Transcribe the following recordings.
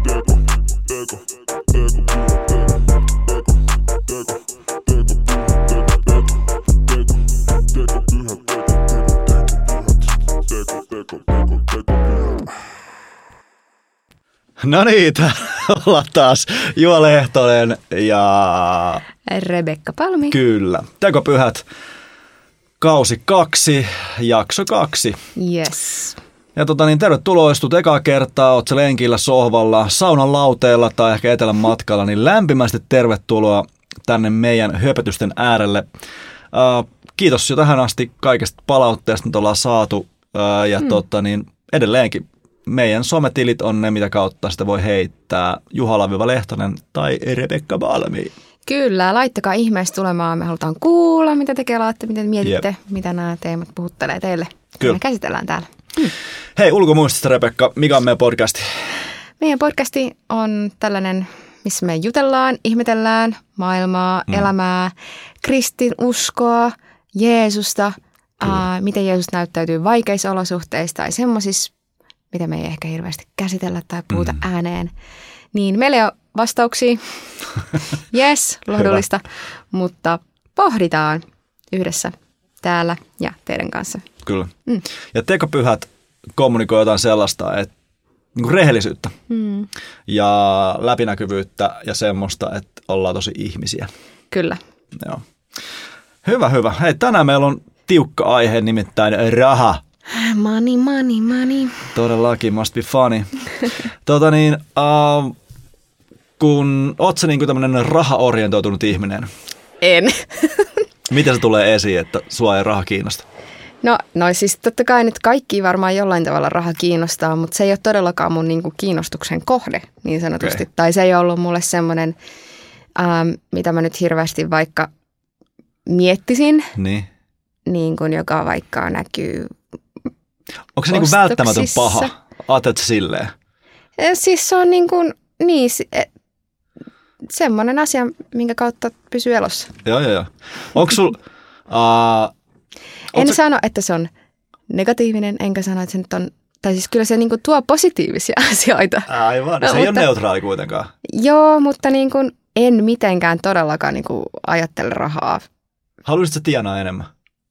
No niin, täällä ollaan taas Juha Lehtonen ja Rebekka Palmi. Kyllä. Tekopyhät, kausi 2, jakso 2. Yes. Ja tervetuloa, istut ekaa kertaa, oot sä lenkillä, sohvalla, saunan lauteella tai ehkä etelän matkalla, niin lämpimästi tervetuloa tänne meidän höpötysten äärelle. Kiitos jo tähän asti kaikesta palautteesta, mitä ollaan saatu ja edelleenkin. Meidän sometilit on ne, mitä kautta sitä voi heittää Juha-Lehtonen tai Rebekka Palmi. Kyllä, laittakaa ihmeessä tulemaan. Me halutaan kuulla, mitä te kelaatte, miten mietitte, mitä nämä teemat puhuttelee teille. Kyllä. Me käsitellään täällä. Hei, ulkomuistista Rebekka, mikä on meidän podcasti? Meidän podcasti on tällainen, missä me jutellaan, ihmetellään maailmaa, elämää, kristinuskoa, Jeesusta, miten Jeesus näyttäytyy vaikeissa olosuhteissa tai semmoisissa, mitä me ei ehkä hirveästi käsitellä tai puhuta ääneen. Niin meillä ei ole vastauksia. Yes, lohdullista, mutta pohditaan yhdessä täällä ja teidän kanssa. Kyllä. Ja tekopyhät kommunikoi jotain sellaista, että niin kuin rehellisyyttä ja läpinäkyvyyttä ja semmoista, että ollaan tosi ihmisiä. Kyllä. Joo. Hyvä. Hei, tänään meillä on tiukka aihe, nimittäin raha. Money. Todellakin, must be funny. Kun oot sä niinku tämmönen rahaorientoitunut ihminen? En. Miten se tulee esiin, että sua ei raha kiinnosta? No siis totta kai nyt kaikki varmaan jollain tavalla raha kiinnostaa, mutta se ei ole todellakaan mun niinku kiinnostuksen kohde niin sanotusti. Okay. Tai se ei ollut mulle semmoinen, mitä mä nyt hirveästi vaikka miettisin, niin kuin joka vaikka näkyy. Onko se niinku välttämätön paha? Ajattelet sä silleen? Siis se on semmoinen asia, minkä kautta pysyy elossa. Joo. Onko sul... En sano, että se on negatiivinen, enkä sano, että se nyt on... Tai siis kyllä se niinku tuo positiivisia asioita. Aivan, se ei ole neutraali kuitenkaan. Joo, mutta niinku en mitenkään todellakaan niinku ajattele rahaa. Haluaisitko tienaa enemmän?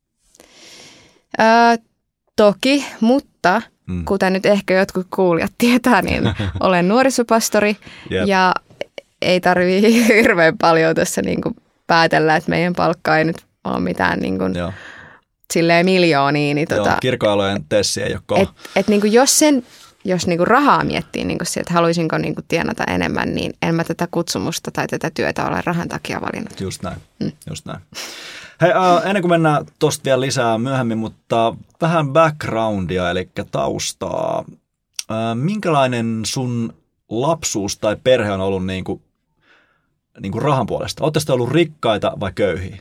Toki, mutta kuten nyt ehkä jotkut kuulijat tietää, niin olen nuorisopastori ja ei tarvitse hirveän paljon tässä niin kuin päätellä, että meidän palkka ei nyt ole mitään niin kuin silleen miljoonia. Niin kirkkoalojen tessi ei ole kova. Niin kuin jos niin kuin rahaa miettii, niin kuin se, että haluaisinko niin kuin tienata enemmän, niin en mä tätä kutsumusta tai tätä työtä ole rahan takia valinnut. Just näin. Hei, ennen kuin mennään tuosta vielä lisää myöhemmin, mutta vähän backgroundia, eli taustaa. Minkälainen sun lapsuus tai perhe on ollut niin kuin rahan puolesta? Oletteko te ollut rikkaita vai köyhiä?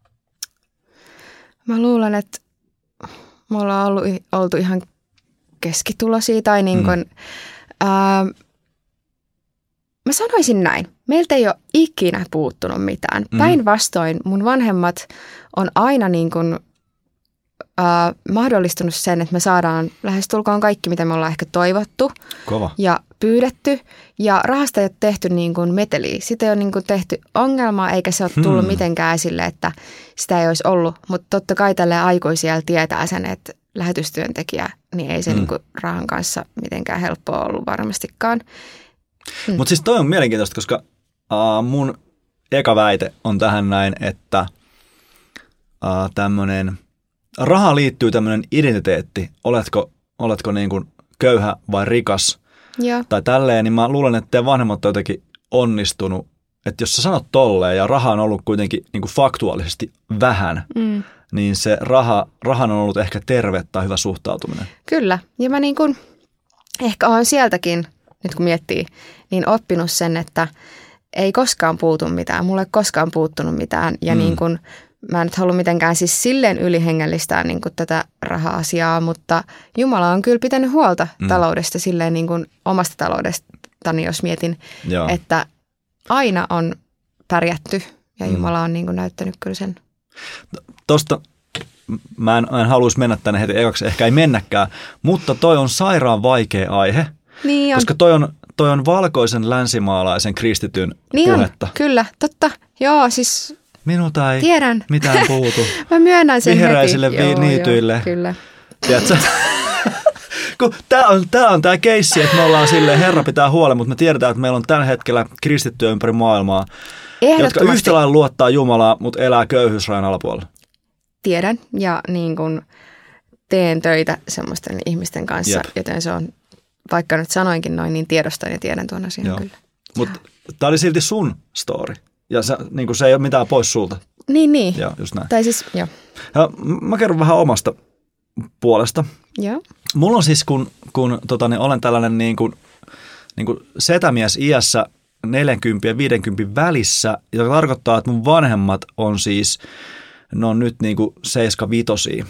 Mä luulen, että me ollaan oltu ihan keskituloisia tai niin kuin, mä sanoisin näin. Meiltä ei ole ikinä puuttunut mitään. Päinvastoin mun vanhemmat on aina niin kuin, mahdollistunut sen, että me saadaan lähestulkoon kaikki, mitä me ollaan ehkä toivottu. Kova. Ja pyydetty. Ja rahasta ei ole tehty niin kuin meteliä. Sitä ei ole niin kuin tehty ongelmaa, eikä se ole tullut mitenkään esille, että sitä ei olisi ollut. Mutta totta kai tälleen aikuisiellä tietää sen, että lähetystyöntekijä, niin ei se niin kuin rahan kanssa mitenkään helppoa ollut varmastikaan. Mutta siis toi on mielenkiintoista, koska mun eka väite on tähän näin, että tämmöinen rahaan liittyy tämmöinen identiteetti, oletko niin kuin köyhä vai rikas tai tälleen, niin mä luulen, että teidän vanhemmat on jotenkin onnistunut, että jos sä sanot tolleen ja raha on ollut kuitenkin niin kuin faktuaalisesti vähän, niin se rahan on ollut ehkä terve tai hyvä suhtautuminen. Kyllä, ja mä niin kuin ehkä olen sieltäkin, nyt kun miettii, niin oppinut sen, että ei koskaan puutu mitään, mulle ei koskaan puuttunut mitään ja niin kuin mä en nyt halua mitenkään siis silleen ylihengellistää niin kuin tätä raha-asiaa, mutta Jumala on kyllä pitänyt huolta taloudesta silleen niin kuin omasta taloudestani, jos mietin, että aina on pärjätty ja Jumala on niin kuin näyttänyt kyllä sen. Tosta mä en haluaisi mennä tänne heti ekaksi, ehkä ei mennäkään, mutta toi on sairaan vaikea aihe, niin on. Koska toi toi on valkoisen länsimaalaisen kristityn niin puhetta. On, kyllä, totta. Joo, siis minulta ei tiedän. mitään puutu. Mä myönnän sen vihreäisille heti. niityille. Joo, kyllä. Tiedätkö? Kun tää on tää keissi, että me ollaan silleen, Herra pitää huolen, mutta me tiedetään, että meillä on tällä hetkellä kristittyjä ympäri maailmaa, jotka yhtä lailla luottaa Jumalaa, mutta elää köyhyysrajan alapuolella. Tiedän ja niin kun teen töitä semmoisten ihmisten kanssa, Jep. joten se on, vaikka nyt sanoinkin noin, niin tiedostan ja tiedän tuon asian kyllä. Mutta tää oli silti sun story ja se ei ole mitään pois sulta. Niin. Joo, just näin. Tai siis, joo. Ja mä kerron vähän omasta puolesta. Joo. Mulla on siis, kun olen tällainen niin kuin setämies iässä 40 ja 50 välissä, joka tarkoittaa, että mun vanhemmat on siis, ne on nyt niin kuin 7-5.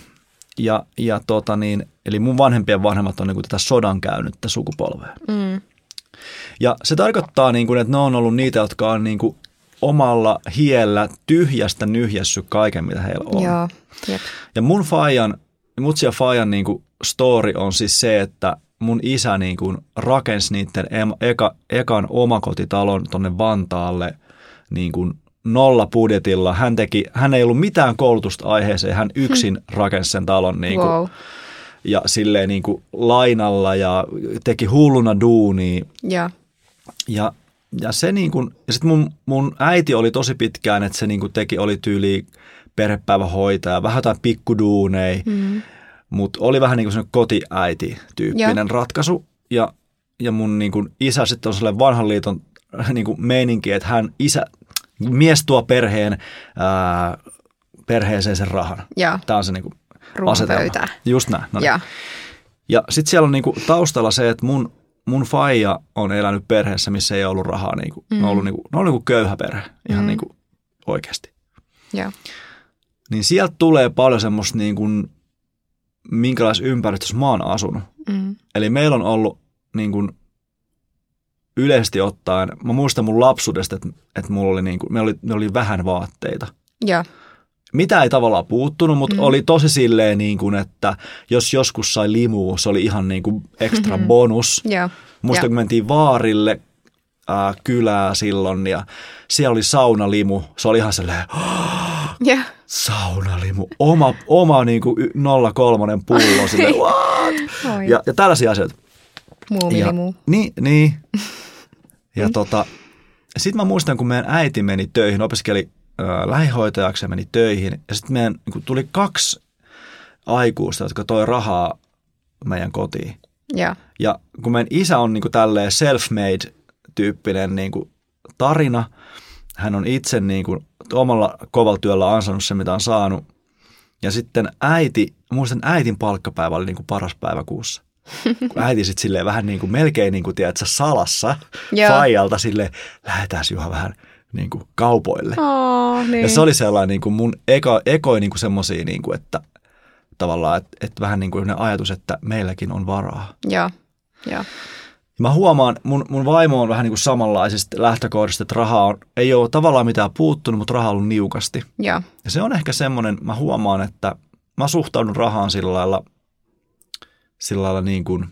Eli mun vanhempien vanhemmat on niin kuin tätä sodan käynyttä sukupolvea. Mm. Ja se tarkoittaa, niin kuin, että ne on ollut niitä, jotka on niin kuin omalla hiellä tyhjästä nyhjässyt kaiken, mitä heillä on. Joo. Jep. Ja mutsi ja Fajan niin kuin story on siis se, että mun isä niin kuin rakensi niiden ekan omakotitalon tonne Vantaalle niin kuin nolla budjetilla. Hän ei ollut mitään koulutusta aiheeseen, hän yksin rakensi sen talon niin kuin, wow. ja silleen niin kuin lainalla ja teki hulluna duunia. Ja se niin kuin, ja sitten mun äiti oli tosi pitkään, että se niin kuin oli tyyli perhepäivähoitaja, vähän jotain pikkuduuneja, mutta oli vähän niin kuin sellainen kotiäiti-tyyppinen ratkaisu. Ja mun niin kuin isä sitten on sellainen vanhan liiton niin kuin meininki, että mies tuo perheeseen sen rahan. Tämä on se niin kuin asetelma. Just näin. No niin. Ja sitten siellä on niin kuin taustalla se, että mun faija on elänyt perheessä, missä ei ollut rahaa. Niin kuin, ne on ollut niin kuin köyhä perhe ihan niin kuin oikeasti. Joo. Niin sieltä tulee paljon semmoista niin kuin, minkälaisessa ympäristössä mä oon asunut. Eli meillä on ollut niin kuin, yleisesti ottaen, mä muistan mun lapsuudesta, että mulla oli niin kuin, me oli vähän vaatteita. Joo. Mitä ei tavallaan puuttunut, mutta oli tosi silleen, niin kuin, että jos joskus sai limua, se oli ihan niin kuin ekstra bonus. Muistan, kun mentiin Vaarille kylää silloin ja siellä oli saunalimu. Se oli ihan silleen, saunalimu, oma niin kuin 03 pullo, silleen, what? Ja tällaisia asioita. Muumilimu. Niin. Ja sitten mä muistan, kun meidän äiti meni töihin, opiskeli lähihoitajaksi ja meni töihin. Ja sitten meidän niin tuli 2 aikuista, jotka toi rahaa meidän kotiin. Ja kun meidän isä on niin kuin tälleen self-made-tyyppinen niin kuin tarina, hän on itse niin kuin omalla kovalla työllä ansainnut se, mitä on saanut. Ja sitten muistan äitin palkkapäivä oli niin kuin paras päivä kuussa. Kun äiti sitten silleen vähän niin kuin melkein niin kuin tiedätkö, salassa faijalta silleen, lähdetään Juha vähän niin kuin kaupoille. Niin. Ja se oli sellainen niin kuin mun ekoi niin kuin semmosia, niin kuin, että tavallaan, että vähän niin kuin ajatus, että meilläkin on varaa. Joo. Mä huomaan, mun vaimo on vähän niin kuin samanlaisista lähtökohdista, että ei ole tavallaan mitään puuttunut, mutta raha on ollut niukasti. Ja se on ehkä semmoinen, mä huomaan, että mä suhtaudun rahaan sillä lailla niin kuin,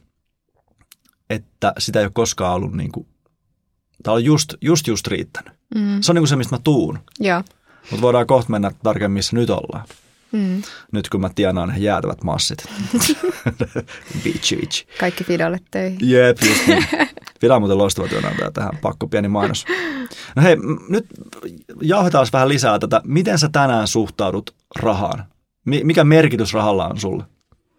että sitä ei ole koskaan ollut niin kuin, tää on just riittänyt. Se on niin kuin se, mistä mä tuun. Mutta voidaan kohta mennä tarkemmin, missä nyt ollaan. Nyt kun mä tienaan ne jäätävät massit. Bitch. Kaikki Fidolle töihin. Jep, just niin. Fida on muuten loistava työnantaja tähän, pakko pieni mainos. No hei, nyt jauhetaan vähän lisää tätä. Miten sä tänään suhtaudut rahaan? Mikä merkitys rahalla on sulle?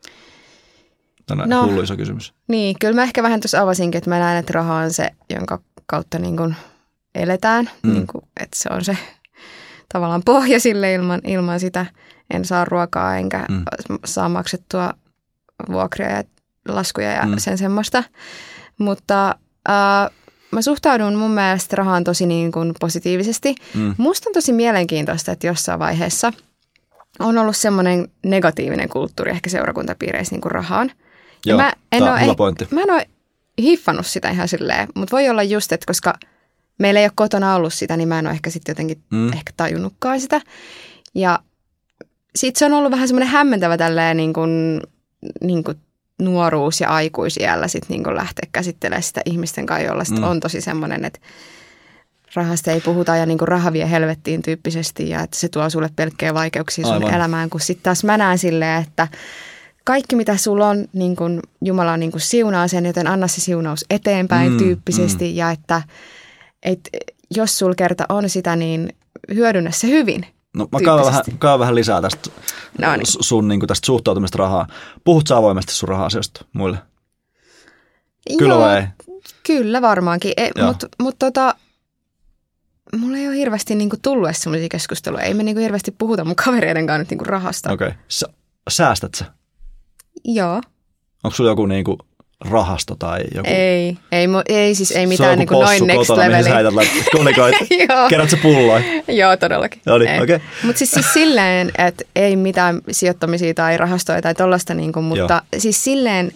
Tänään hullu iso kysymys. Niin, kyllä mä ehkä vähän tuossa avasinkin, että mä näen, että raha on se, jonka kautta niin kuin eletään. Niin kuin, että se on se tavallaan pohja sille ilman sitä. En saa ruokaa enkä saa maksettua vuokria ja laskuja ja sen semmoista. Mutta mä suhtaudun mun mielestä rahaan tosi niin kuin positiivisesti. Musta on tosi mielenkiintoista, että jossain vaiheessa on ollut semmoinen negatiivinen kulttuuri ehkä seurakuntapiireissä niin kuin rahaan. Joo, tämä on hyvä pointti. Mä en ole hiffannut sitä ihan silleen, mutta voi olla just, että koska meillä ei ole kotona ollut sitä, niin mä en ole ehkä sitten jotenkin ehkä tajunnutkaan sitä. Ja sitten se on ollut vähän semmoinen hämmentävä tälleen niin kuin nuoruus- ja aikuisiällä sitten niin lähteä käsittelemään sitä ihmisten kanssa, jolla sit on tosi semmoinen, että rahasta ei puhuta ja niin raha vie helvettiin tyyppisesti ja että se tuo sulle pelkkää vaikeuksia sun elämään, kun sitten taas mä näen silleen, että kaikki mitä sulla on, niin kun Jumala niin kun siunaa sen, joten anna se siunaus eteenpäin tyyppisesti ja että jos sulla kerta on sitä, niin hyödynnä se hyvin. No mä käyn vähän lisää tästä sun niin tästä suhtautumista rahaa. Puhut sä avoimesti sun raha-asioista muille? Kyllä Joo, vai ei? Kyllä varmaankin, mutta mulla ei ole hirveästi niinku tullut edes sellaisia keskusteluja. Ei me niinku hirveästi puhuta mun kavereiden kanssa nyt niinku rahasta. Okei. Säästät sä? Joo. Onko sulla joku niinku rahasto tai joku? Ei mitään niinku noin next leveli. Se on joku possu kotona, mihin sä heität kolikoita. Kerät sä pulloin? Joo, todellakin. No niin, okei. Mutta siis silleen, että ei mitään sijoittamisia tai rahastoja tai tollaista, niinku, mutta siis silleen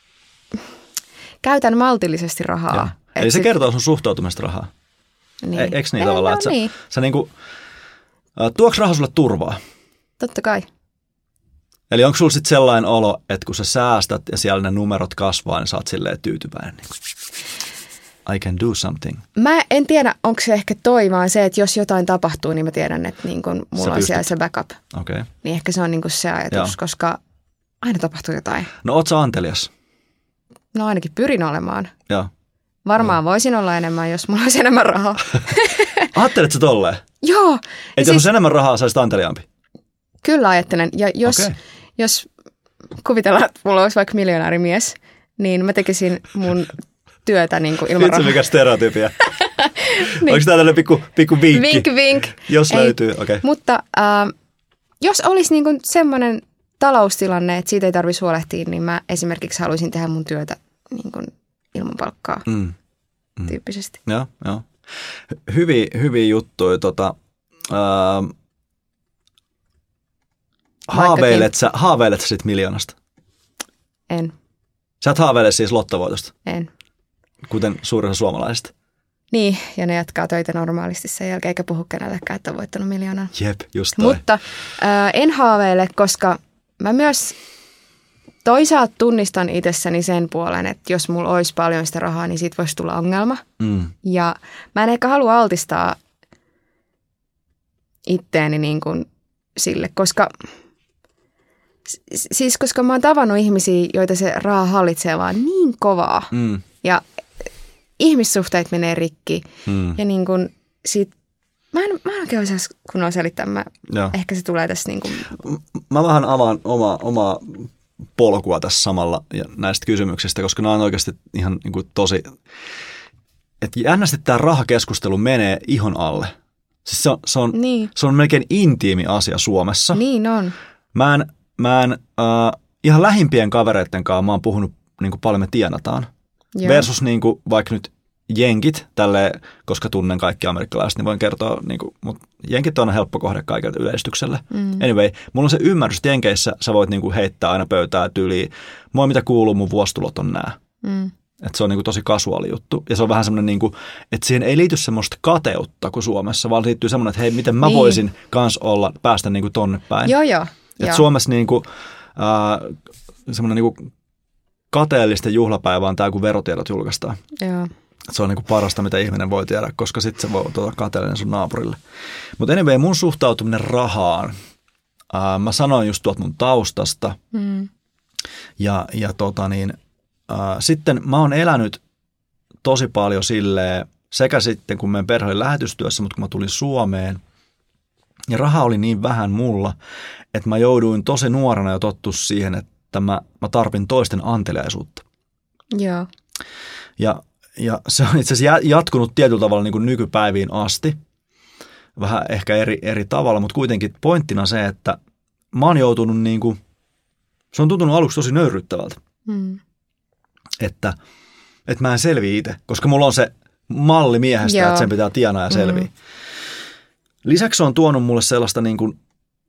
käytän maltillisesti rahaa. Eli se kertoo sun suhtautumista rahaa. Niin. Eikö niin tavallaan, että sä niinku, tuoks raha sulle turvaa? Totta kai. Eli onko sulla sitten sellainen olo, että kun sä säästät ja siellä ne numerot kasvaa, niin sä oot silleen tyytyväinen? Niin I can do something. Mä en tiedä, onko se ehkä vaan se, että jos jotain tapahtuu, niin mä tiedän, että niin kun mulla on siellä se backup. Okay. Niin ehkä se on niin kun se ajatus, koska aina tapahtuu jotain. No oot sä antelias? No ainakin pyrin olemaan. Joo. Varmaan voisin olla enemmän, jos mulla olisi enemmän rahaa. Ajattelet sä tolleen? Joo. Että jos olisi enemmän rahaa, sä olisit anteliaampi? Kyllä ajattelen. Ja jos kuvitellaan, että mulla olisi vaikka miljonäärimies, niin mä tekisin mun työtä niin kuin ilman rahaa. Itse mikä stereotypia. Niin. Onko tämä tällainen pikku vinkki? Vink, vink. Jos löytyy, okei. Mutta jos olisi niin kuin semmoinen taloustilanne, että siitä ei tarvitsisi huolehtia, niin mä esimerkiksi haluaisin tehdä mun työtä niin kuin ilman palkkaa tyyppisesti. Joo. Hyviä juttuja. Haaveilet sä sit miljoonasta? En. Sä et haaveile siis lottovoitosta? En. Kuten suurin osa suomalaisista? Niin, ja ne jatkaa töitä normaalisti sen jälkeen, eikä puhu kenellekään, että on voittanut miljoonan. Jep, just toi. Mutta en haaveile, koska mä myös toisaalta tunnistan itsessäni sen puolen, että jos mulla olisi paljon sitä rahaa, niin siitä voisi tulla ongelma. Ja mä en ehkä halua altistaa itteeni niin kuin sille, koska mä oon tavannut ihmisiä, joita se raha hallitsee vaan niin kovaa. Ja ihmissuhteet menee rikki. Ja niin kuin mä en oikein osaa kunnolla selittää. Ehkä se tulee tässä niin kuin. Mä vähän avaan omaa polkua tässä samalla ja näistä kysymyksistä, koska nämä on oikeasti ihan niin kuin tosi, että jännästi tämä rahakeskustelu menee ihon alle. Siis se on melkein intiimi asia Suomessa. Niin on. Mä en ihan lähimpien kavereiden kanssa mä oon puhunut niin kuin paljon me tienataan. Joo. Versus niin kuin vaikka nyt jenkit, tälleen, koska tunnen kaikki amerikkalaiset, niin voin kertoa, niin kuin, mutta jenkit on helppo kohde kaikille yleistykselle. Anyway, mulla on se ymmärrys, että jenkeissä sä voit niin kuin heittää aina pöytää tyyliin. Moi mitä kuuluu, mun vuostulot on nää. Että se on niin kuin tosi kasuaali juttu. Ja se on vähän semmoinen, niin kuin, että siihen ei liity semmoista kateutta kuin Suomessa, vaan liittyy semmoinen, että hei, miten mä voisin kans päästä niin kuin tonne päin. Joo. Että Suomessa niin kuin, semmoinen niin kuin kateellisten juhlapäivä on tämä, kun verotiedot julkaistaan. Joo. Se on niin kuin parasta, mitä ihminen voi tiedä, koska sitten se voi kateellinen sun naapurille. Mutta anyway, mun suhtautuminen rahaan. Mä sanoin just tuolta mun taustasta. Ja sitten mä oon elänyt tosi paljon silleen, sekä sitten kun meidän perhe oli lähetystyössä, mutta kun mä tulin Suomeen, ja raha oli niin vähän mulla, että mä jouduin tosi nuorena jo tottua siihen, että mä tarvin toisten anteliaisuutta. Joo. Ja se on itse asiassa jatkunut tietyllä tavalla niin kuin nykypäiviin asti. Vähän ehkä eri tavalla, mutta kuitenkin pointtina se, että mä oon joutunut niin kuin, se on tuntunut aluksi tosi nöyryttävältä. Että mä en selviä itse, koska mulla on se malli miehestä, että sen pitää tienaa ja selviä. Lisäksi se on tuonut mulle sellaista, niin kuin,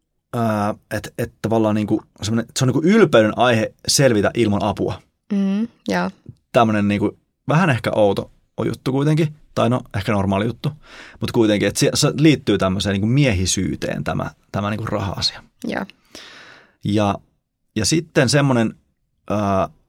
että tavallaan niin kuin, se on niin kuin ylpeyden aihe selvitä ilman apua. Tämmöinen niin kuin, vähän ehkä outo juttu kuitenkin, tai no ehkä normaali juttu, mutta kuitenkin, että se liittyy tämmöiseen niin kuin miehisyyteen tämä niin kuin raha-asia. Yeah. Ja sitten semmoinen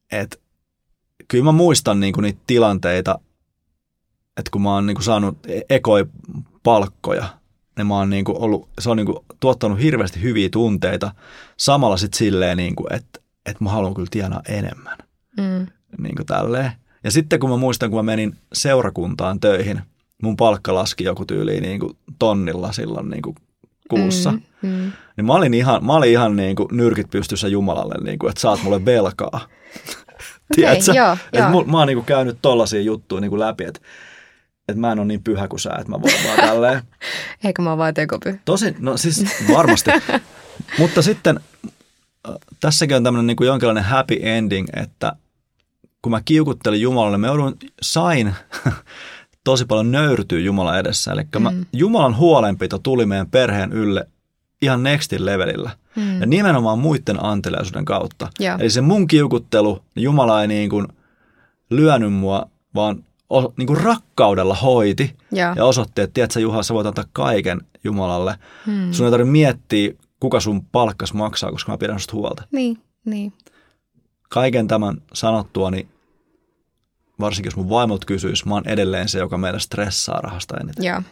että kyllä mä muistan niin kuin niitä tilanteita, että kun mä oon niin kuin saanut ekoi-palkkoja, niin mä oon niin kuin ollut, se on niin kuin tuottanut hirveästi hyviä tunteita, samalla sitten silleen, niin kuin, että mä haluan kyllä tienaa enemmän. Niin kuin tälleen. Ja sitten kun mä muistan, kun mä menin seurakuntaan töihin, mun palkka laski joku tyyliin niin kuin tonnilla silloin niin kuin kuussa. Niin mä olin ihan niin kuin nyrkit pystyssä Jumalalle, niin kuin, että saat mulle velkaa. Tiedätkö? Joo. Mä oon niin kuin käynyt tollaisia juttuja niin kuin läpi, että mä en ole niin pyhä kuin sä, että mä voin vaan tälleen. Eikö mä oon vaan tekopyhä? Tosin, no siis varmasti. Mutta sitten tässäkin on tämmöinen niin kuin jonkinlainen happy ending, että kun mä kiukuttelin Jumalalle, sain tosi paljon nöyrtyä Jumalan edessä. Eli Jumalan huolenpito tuli meidän perheen ylle ihan nextin levelillä. Ja nimenomaan muiden anteliaisuuden kautta. Ja. Eli se mun kiukuttelu, Jumala ei niin kuin lyönyt mua, vaan niin kuin rakkaudella hoiti. Ja osoitti, että tiedätkö Juha, sä voit antaa kaiken Jumalalle. Sun ei tarvitse miettiä, kuka sun palkkas maksaa, koska mä pidän susta huolta. Niin. Kaiken tämän sanottuani, varsinkin jos mun vaimolta kysyisi, mä oon edelleen se, joka meillä stressaa rahasta eniten. Joo.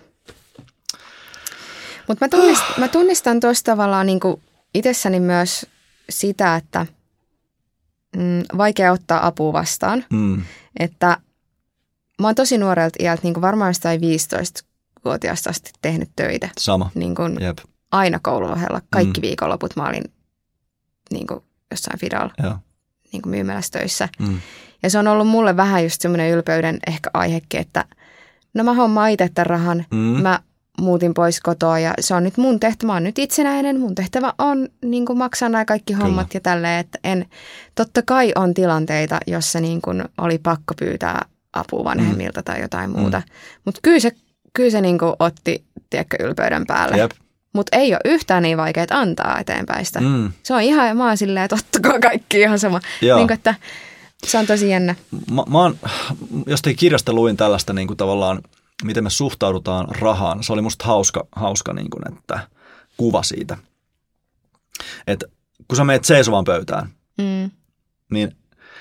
Mutta mä tunnistan tuossa tavallaan niinku itsessäni myös sitä, että vaikea ottaa apua vastaan. Että mä oon tosi nuorelta iältä, niinku varmaan jostain 15-vuotiaasta asti tehnyt töitä. Sama. Niinku aina koulun ohella. Kaikki viikonloput mä olin niinku jossain Fidalla niinku myymälässä töissä. Ja se on ollut mulle vähän just semmoinen ylpeyden ehkä aihekin, että no mä hommaan itse tämän rahan. Mä muutin pois kotoa ja se on nyt mun tehtävä. Mä oon nyt itsenäinen. Mun tehtävä on niin kuin maksaa nämä kaikki hommat ja tälleen. Että totta kai on tilanteita, jossa niin kuin oli pakko pyytää apua vanhemmilta tai jotain muuta. Mutta kyllä se niin kuin otti, tiedätkö, ylpeyden päälle. Mutta ei ole yhtään niin vaikeaa antaa eteenpäin sitä. Se on ihan, mä oon silleen, että ottakaa kaikki ihan sama. Niin kuin, että se on tosi jännä. Mä oon, jostain kirjasta luin tällaista niin kuin tavallaan, miten me suhtaudutaan rahaan. Se oli musta hauska niin kuin, että kuva siitä. Että kun sä meet seisovaan pöytään, niin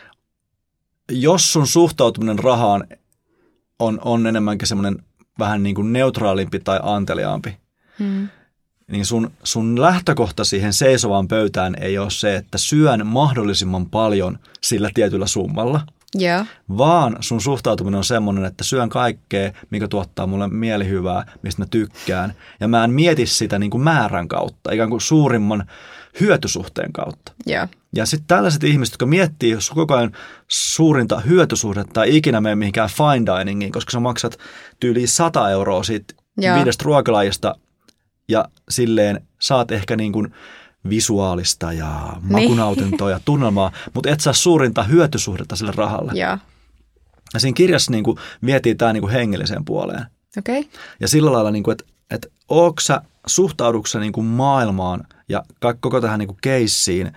jos sun suhtautuminen rahaan on enemmänkin semmoinen vähän niin kuin neutraalimpi tai anteliaampi, niin sun lähtökohta siihen seisovaan pöytään ei ole se, että syön mahdollisimman paljon sillä tietyllä summalla, vaan sun suhtautuminen on semmoinen, että syön kaikkea, mikä tuottaa mulle mielihyvää, mistä mä tykkään. Ja mä en mieti sitä niin kuin määrän kautta, ikään kuin suurimman hyötysuhteen kautta. Ja sitten tällaiset ihmiset, jotka miettii jos koko ajan suurinta hyötysuhdetta tai ikinä mene mihinkään fine diningiin, koska sä maksat tyyliin 100 euroa siitä 5 ruokalajista ja silleen saat ehkä niin kuin visuaalista ja makunautintoa ja tunnelmaa, mutta et saa suurinta hyötysuhdetta sille rahalle. Ja siinä kirjassa niin kuin vietii tämä niin kuin hengelliseen puoleen. Ja sillä lailla, niin kuin, että ootko sä, suhtaudutko sä niin kuin maailmaan ja koko tähän niin kuin keissiin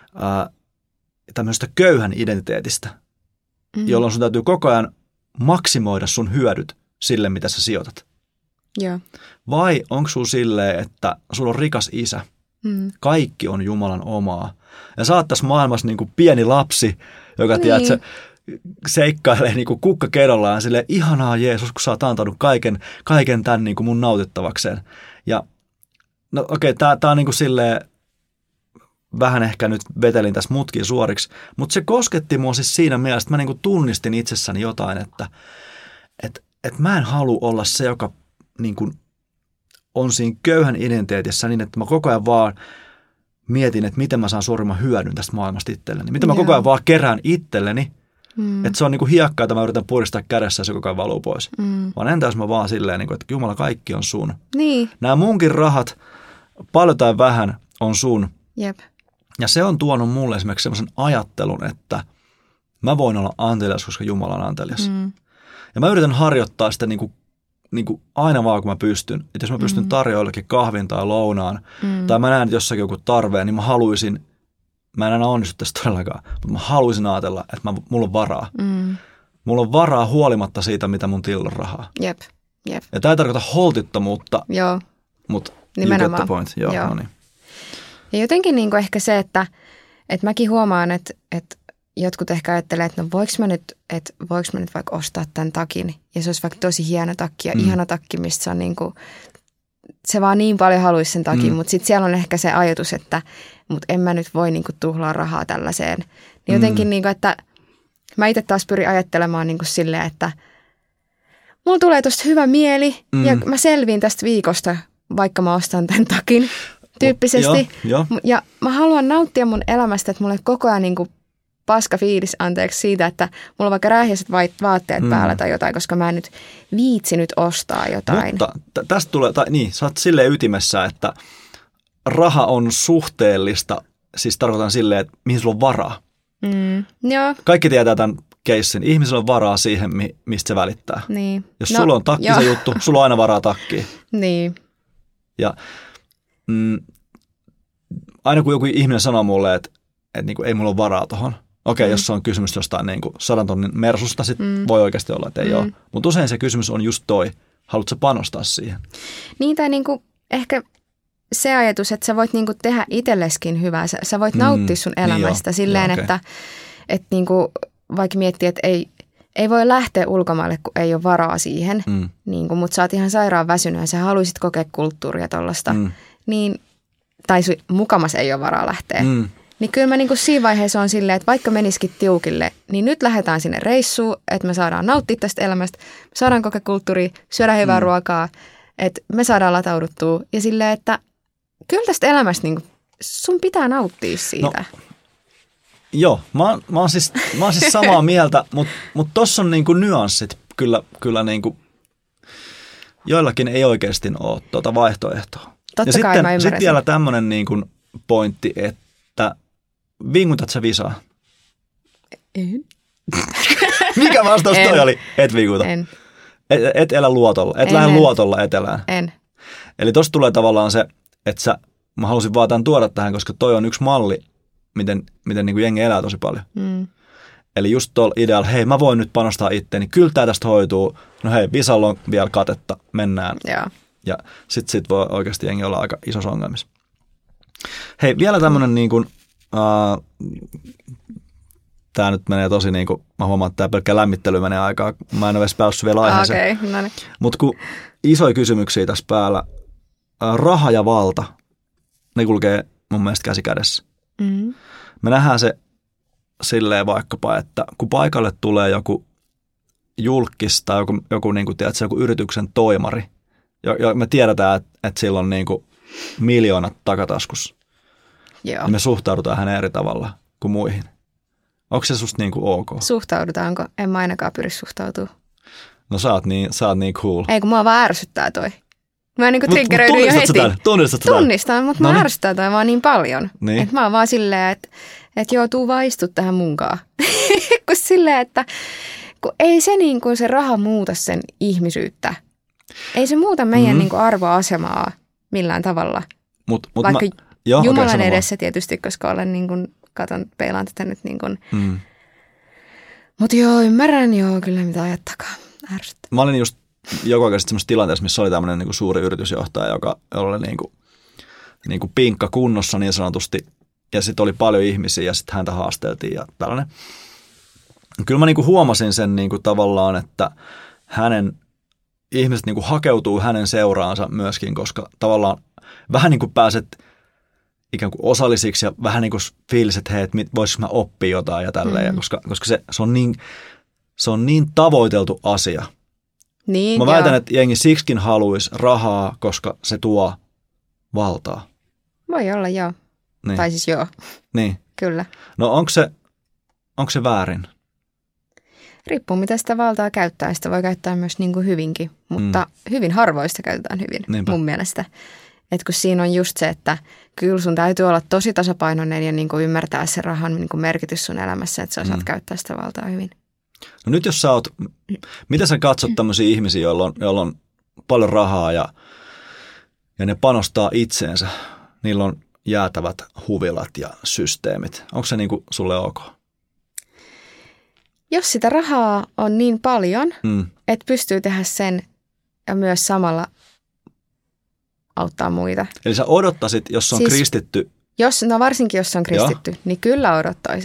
tämmöisestä köyhän identiteetistä, jolloin sun täytyy koko ajan maksimoida sun hyödyt sille, mitä sä sijoitat. Vai onko sulla silleen, että sulla on rikas isä, kaikki on Jumalan omaa. Ja sä oot tässä maailmassa niin kuin pieni lapsi, joka tiedät, se seikkailee niin kuin kukka kerrallaan silleen, ihanaa Jeesus, kun sä oot antanut kaiken tämän niin kuin mun nautittavakseen. Ja no okei, tää on niin kuin silleen, vähän ehkä nyt vetelin tässä mutkin suoriksi, mutta se kosketti mua siis siinä mielessä, että mä niin kuin tunnistin itsessäni jotain, että mä en halua olla se, joka niin kuin on siinä köyhän identiteetissä niin, että mä koko ajan vaan mietin, että miten mä saan suurimman hyödyn tästä maailmasta itselleni. Miten mä koko ajan vaan kerään itselleni, että se on niin kuin hiekkaa, että mä yritän puristaa kädessä ja se koko ajan valuu pois. Vaan entä jos mä vaan silleen, että Jumala, kaikki on sun. Nämä munkin rahat, paljon tai vähän, on sun. Ja se on tuonut mulle esimerkiksi sellaisen ajattelun, että mä voin olla antelias, koska Jumala on antelias. Ja mä yritän harjoittaa sitä niin kuin aina vaan, kun mä pystyn. Että jos mä pystyn tarjoillekin kahvin tai lounaan, tai mä näen jossakin joku tarve, niin mä en aina onnistu tästä todellakaan, mutta mä haluaisin ajatella, että mulla on varaa. Mulla on varaa huolimatta siitä, mitä mun tilillä on rahaa. Ja tää ei tarkoita holtittomuutta, mutta you get the point. No niin. Ja jotenkin niin kuin ehkä se, että mäkin huomaan, että jotkut ehkä ajattelee, että no voiko mä nyt vaikka ostaa tämän takin. Ja se olisi vaikka tosi hieno takki ja ihana takki, mistä se on niinku, se vaan niin paljon haluaisi sen takin. Mutta sitten siellä on ehkä se ajatus, että mut en mä nyt voi niinku tuhlaa rahaa tällaiseen. Niin jotenkin niinku, että mä itse taas pyrin ajattelemaan niinku silleen, että mulla tulee tosta hyvä mieli ja mä selviin tästä viikosta, vaikka mä ostan tämän takin tyyppisesti. Ja mä haluan nauttia mun elämästä, että mulla ei koko ajan niinku paska fiilis, anteeksi, siitä, että mulla on vaikka rähjäiset vaatteet päällä tai jotain, koska mä en nyt viitsi nyt ostaa jotain. Mutta tästä tulee, sä oot silleen ytimessä, että raha on suhteellista, siis tarkoitan silleen, että mihin sulla on varaa. Joo. Kaikki tietää tämän keissin. Ihmisellä on varaa siihen, mistä se välittää. Niin. Jos sulla on takki se juttu, sulla on aina varaa takkiin. Niin. Ja aina kun joku ihminen sanoo mulle, että niinku, ei mulla ole varaa tohon. Okei, jos se on kysymys jostain niinku 100 tonnin mersusta, sit voi oikeasti olla, että ei ole. Mutta usein se kysymys on just toi, haluatko panostaa siihen? Niin, tai niinku ehkä se ajatus, että sä voit niinku tehdä itselleskin hyvää. Sä voit nauttia sun elämästä silleen, että niinku, vaikka miettii, että ei voi lähteä ulkomaille, kun ei ole varaa siihen, niinku, mutta sä oot ihan sairaan väsynyt ja sä haluaisit kokea kulttuuria tollasta, niin, tai mukamas ei ole varaa lähteä. Niin kyllä mä niinku siinä vaiheessa on silleen, että vaikka menisikin tiukille, niin nyt lähdetään sinne reissuun, että me saadaan nauttia tästä elämästä, me saadaan kokea kulttuuria, syödä hyvää ruokaa, että me saadaan latauduttua ja silleen, että kyllä tästä elämästä niinku, sun pitää nauttia siitä. No, joo, mä oon siis samaa mieltä, mutta tossa on niinku nyanssit kyllä niinku, joillakin ei oikeasti ole tuota vaihtoehtoa. Totta kai mä ymmärrän. Sitten vielä tämmöinen niinku pointti, että vingutat sä visaa? En. Mikä vastaus toi oli? Et vinguta. En. Et elä luotolla. Et lähde luotolla etelään. En. Eli tosta tulee tavallaan se, että mä halusin vaan tämän tuoda tähän, koska toi on yksi malli, miten niin kuin jengi elää tosi paljon. Eli just tuolla idealla, hei mä voin nyt panostaa itteeni, kyllä tää tästä hoituu. No hei, visalla on vielä katetta, mennään. Ja sit voi oikeasti jengi olla aika isossa ongelmissa. Hei, vielä tämmönen niin kuin, tää nyt menee tosi niin kuin, mä huomaan, että tää pelkkä lämmittely menee aikaa. Mä en ole edes päässyt vielä aiheeseen. Okay, no niin. Mutta kun isoja kysymyksiä tässä päällä, raha ja valta, ne kulkee mun mielestä käsi kädessä. Me nähdään se silleen vaikkapa, että kun paikalle tulee joku julkkis tai joku, niin kuin, tiedätkö, joku yrityksen toimari, ja me tiedetään, että sillä on niin kuin miljoonat takataskussa, niin me suhtaudutaan hänen eri tavalla kuin muihin. Onko se susta niin kuin ok? Suhtaudutaanko? En mä ainakaan pyri suhtautumaan. No sä oot niin cool. Ei, kun mua vaan ärsyttää toi. Mä niinku triggeröidyn jo heti. Tunnistan, mutta mä ärsyttää toi vaan niin paljon. Niin. Että mä oon vaan silleen, että joo, tuu vaan istu tähän munkaan. kun silleen, että kun ei se, niin kuin se raha muuta sen ihmisyyttä. Ei se muuta meidän niin kuin arvoasemaa millään tavalla. Vaikka Jumalan edessä tietysti, koska olen niin kuin, peilaan tätä nyt niin kuin. Mutta joo, ymmärrän kyllä mitä ajattakaan. Ärsyttää. Mä olin just joku oikeasti semmoisessa tilanteessa, missä oli tämmöinen niin suuri yritysjohtaja, jolla oli niin kuin pinkka kunnossa niin sanotusti. Ja sitten oli paljon ihmisiä ja sitten häntä haasteltiin ja tällainen. Kyllä mä niin kuin huomasin sen niin kuin tavallaan, että ihmiset niin kuin hakeutuu hänen seuraansa myöskin, koska tavallaan vähän niin kuin pääset ikään kuin osallisiksi ja vähän niin kuin fiilis, että hei, että voisinko mä oppia jotain ja tälleen, koska se on niin tavoiteltu asia. Niin, mä väitän, että jengi siksikin haluaisi rahaa, koska se tuo valtaa. Voi olla, joo. Niin. Tai siis joo. Niin. Kyllä. No onko se väärin? Riippuu mitä sitä valtaa käyttää. Sitä voi käyttää myös niin kuin hyvinkin, mutta hyvin harvoista käytetään hyvin. Niinpä. Mun mielestä. Että kun siinä on just se, että kyllä sun täytyy olla tosi tasapainoinen ja niin kuin ymmärtää se rahan niin kuin merkitys sun elämässä, että sä osaat käyttää sitä valtaa hyvin. No nyt jos miten sä katsot tämmöisiä ihmisiä, joilla on paljon rahaa ja ne panostaa itseensä, niillä on jäätävät huvilat ja systeemit. Onko se niin kuin sulle ok? Jos sitä rahaa on niin paljon, että pystyy tehdä sen ja myös samalla auttaa muita. Eli sä odottaisit, jos on kristitty? Varsinkin jos on kristitty, niin kyllä odottaisin.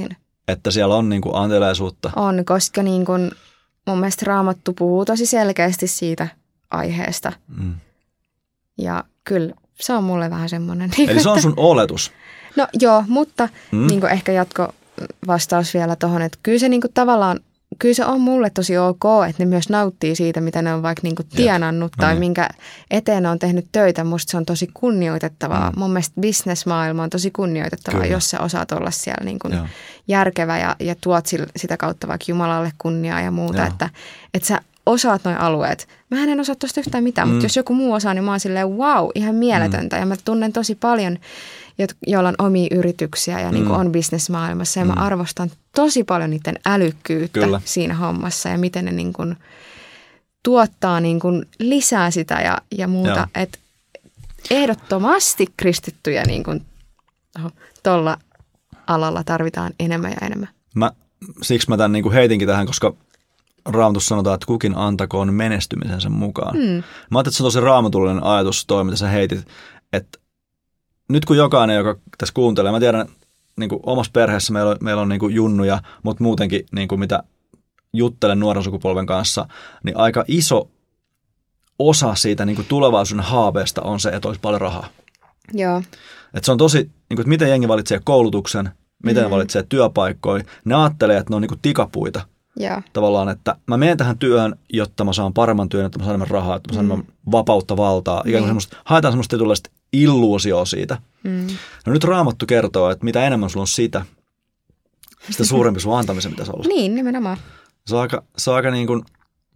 että siellä on niin kuin anteliaisuutta. On, koska niin kuin mun mielestä Raamattu puhuu tosi selkeästi siitä aiheesta. Ja kyllä se on mulle vähän semmoinen. Eli se on sun oletus. No joo, mutta niin kuin ehkä jatkovastaus vielä tuohon, että kyllä se niin kuin tavallaan, kyllä se on mulle tosi ok, että ne myös nauttii siitä, mitä ne on vaikka niin kuin tienannut tai minkä eteen ne on tehnyt töitä. Musta se on tosi kunnioitettavaa. Mun mielestä businessmaailma on tosi kunnioitettavaa, kyllä, jos sä osaat olla siellä niin kuin järkevä ja tuot sitä kautta vaikka Jumalalle kunniaa ja muuta, että sä osaat noi alueet. Mä en osaa tuosta yhtään mitään, mutta jos joku muu osaa, niin mä oon silleen wow, ihan mieletöntä. Ja mä tunnen tosi paljon, joilla on omia yrityksiä ja niin kuin on bisnesmaailmassa. Ja mä arvostan tosi paljon niiden älykkyyttä siinä hommassa ja miten ne niin kuin tuottaa niin kuin lisää sitä ja muuta. Että ehdottomasti kristittyjä niin kuin tuolla alalla tarvitaan enemmän ja enemmän. Siksi mä tämän niin kuin heitinkin tähän, koska Raamatussa sanotaan, että kukin antakoon menestymisensä mukaan. Mä ajattelin, että se on tosi raamatullinen ajatus toi, mitä sä heitit, että nyt kun jokainen, joka tässä kuuntelee, mä tiedän, niin kuin omassa perheessä meillä on niin kuin junnuja, mutta muutenkin niin kuin mitä juttelen nuoren sukupolven kanssa, niin aika iso osa siitä niin kuin tulevaisuuden haaveesta on se, että olisi paljon rahaa. Joo. Että se on tosi, niin kuin, että miten jengi valitsee koulutuksen, miten ne valitsee työpaikkoja. Ne ajattelee, että ne on niin kuin tikapuita. Tavallaan, että mä menen tähän työhön, jotta mä saan paremman työn, että mä saan enemmän rahaa, että mä saan enemmän vapautta, valtaa. Ikään kuin haetaan semmoista tietynlaista illuusioa siitä. No nyt Raamattu kertoo, että mitä enemmän sulla on sitä suurempi sun antamisen pitäisi olla. Niin, nimenomaan. Se on aika niin kuin,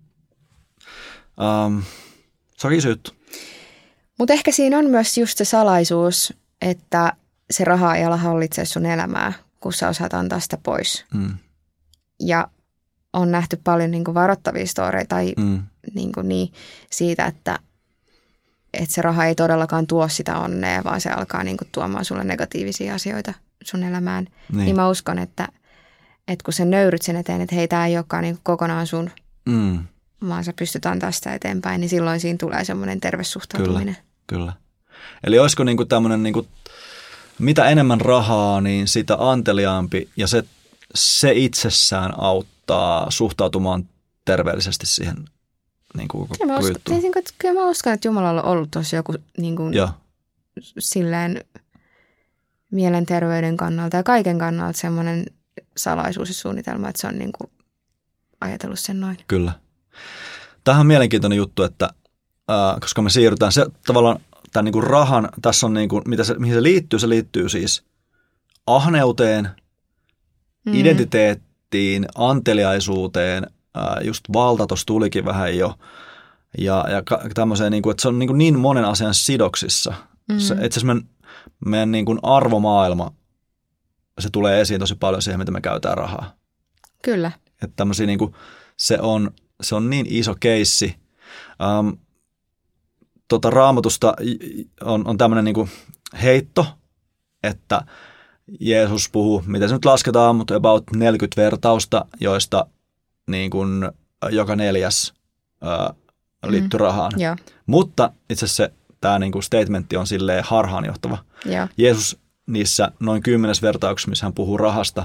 se on iso juttu. Mutta ehkä siinä on myös just se salaisuus, että se raha ei ala hallitse sun elämää, kun sä osaat antaa sitä pois. Ja on nähty paljon niin kuin varoittavia storeita niin siitä, että se raha ei todellakaan tuo sitä onnea, vaan se alkaa niin kuin tuomaan sulle negatiivisia asioita sun elämään. Niin mä uskon, että kun sä nöyryt sen eteen, että hei, tää ei olekaan niin kuin kokonaan sun, vaan sä pystyt antaa sitä eteenpäin, niin silloin siinä tulee semmoinen terve suhtautuminen. Kyllä. Eli olisiko niin kuin tämmöinen, niin kuin, mitä enemmän rahaa, niin sitä anteliaampi ja se itsessään auttaa suhtautumaan terveellisesti siihen niin kuin koko juttuun. Kyllä mä uskon, että Jumalalla on ollut tuossa joku niin kuin, silleen mielenterveyden kannalta ja kaiken kannalta semmoinen salaisuus ja suunnitelma, että se on niin kuin ajatellut sen noin. Kyllä. Tämähän on mielenkiintoinen juttu, että koska me siirrytään, se tavallaan tämän niin kuin rahan, tässä on niin kuin, mihin se liittyy siis ahneuteen, identiteettiin, anteliaisuuteen, just valta tuossa tulikin vähän jo, ja tämmöiseen, niin kuin, että se on niin monen asian sidoksissa. Se, itse asiassa meidän niin kuin arvomaailma, se tulee esiin tosi paljon siihen, miten me käytetään rahaa. Kyllä. Että tämmöisiä niin kuin, se on niin iso keissi. Raamatusta on tämmöinen niin kuin heitto, että Jeesus puhuu, mitä se nyt lasketaan, mutta about 40 vertausta, joista niin kuin joka 4. liittyy rahaan. Mutta itse asiassa tämä niin kuin statementti on silleen harhaanjohtava. Jeesus niissä noin 10 vertauksissa, missä hän puhuu rahasta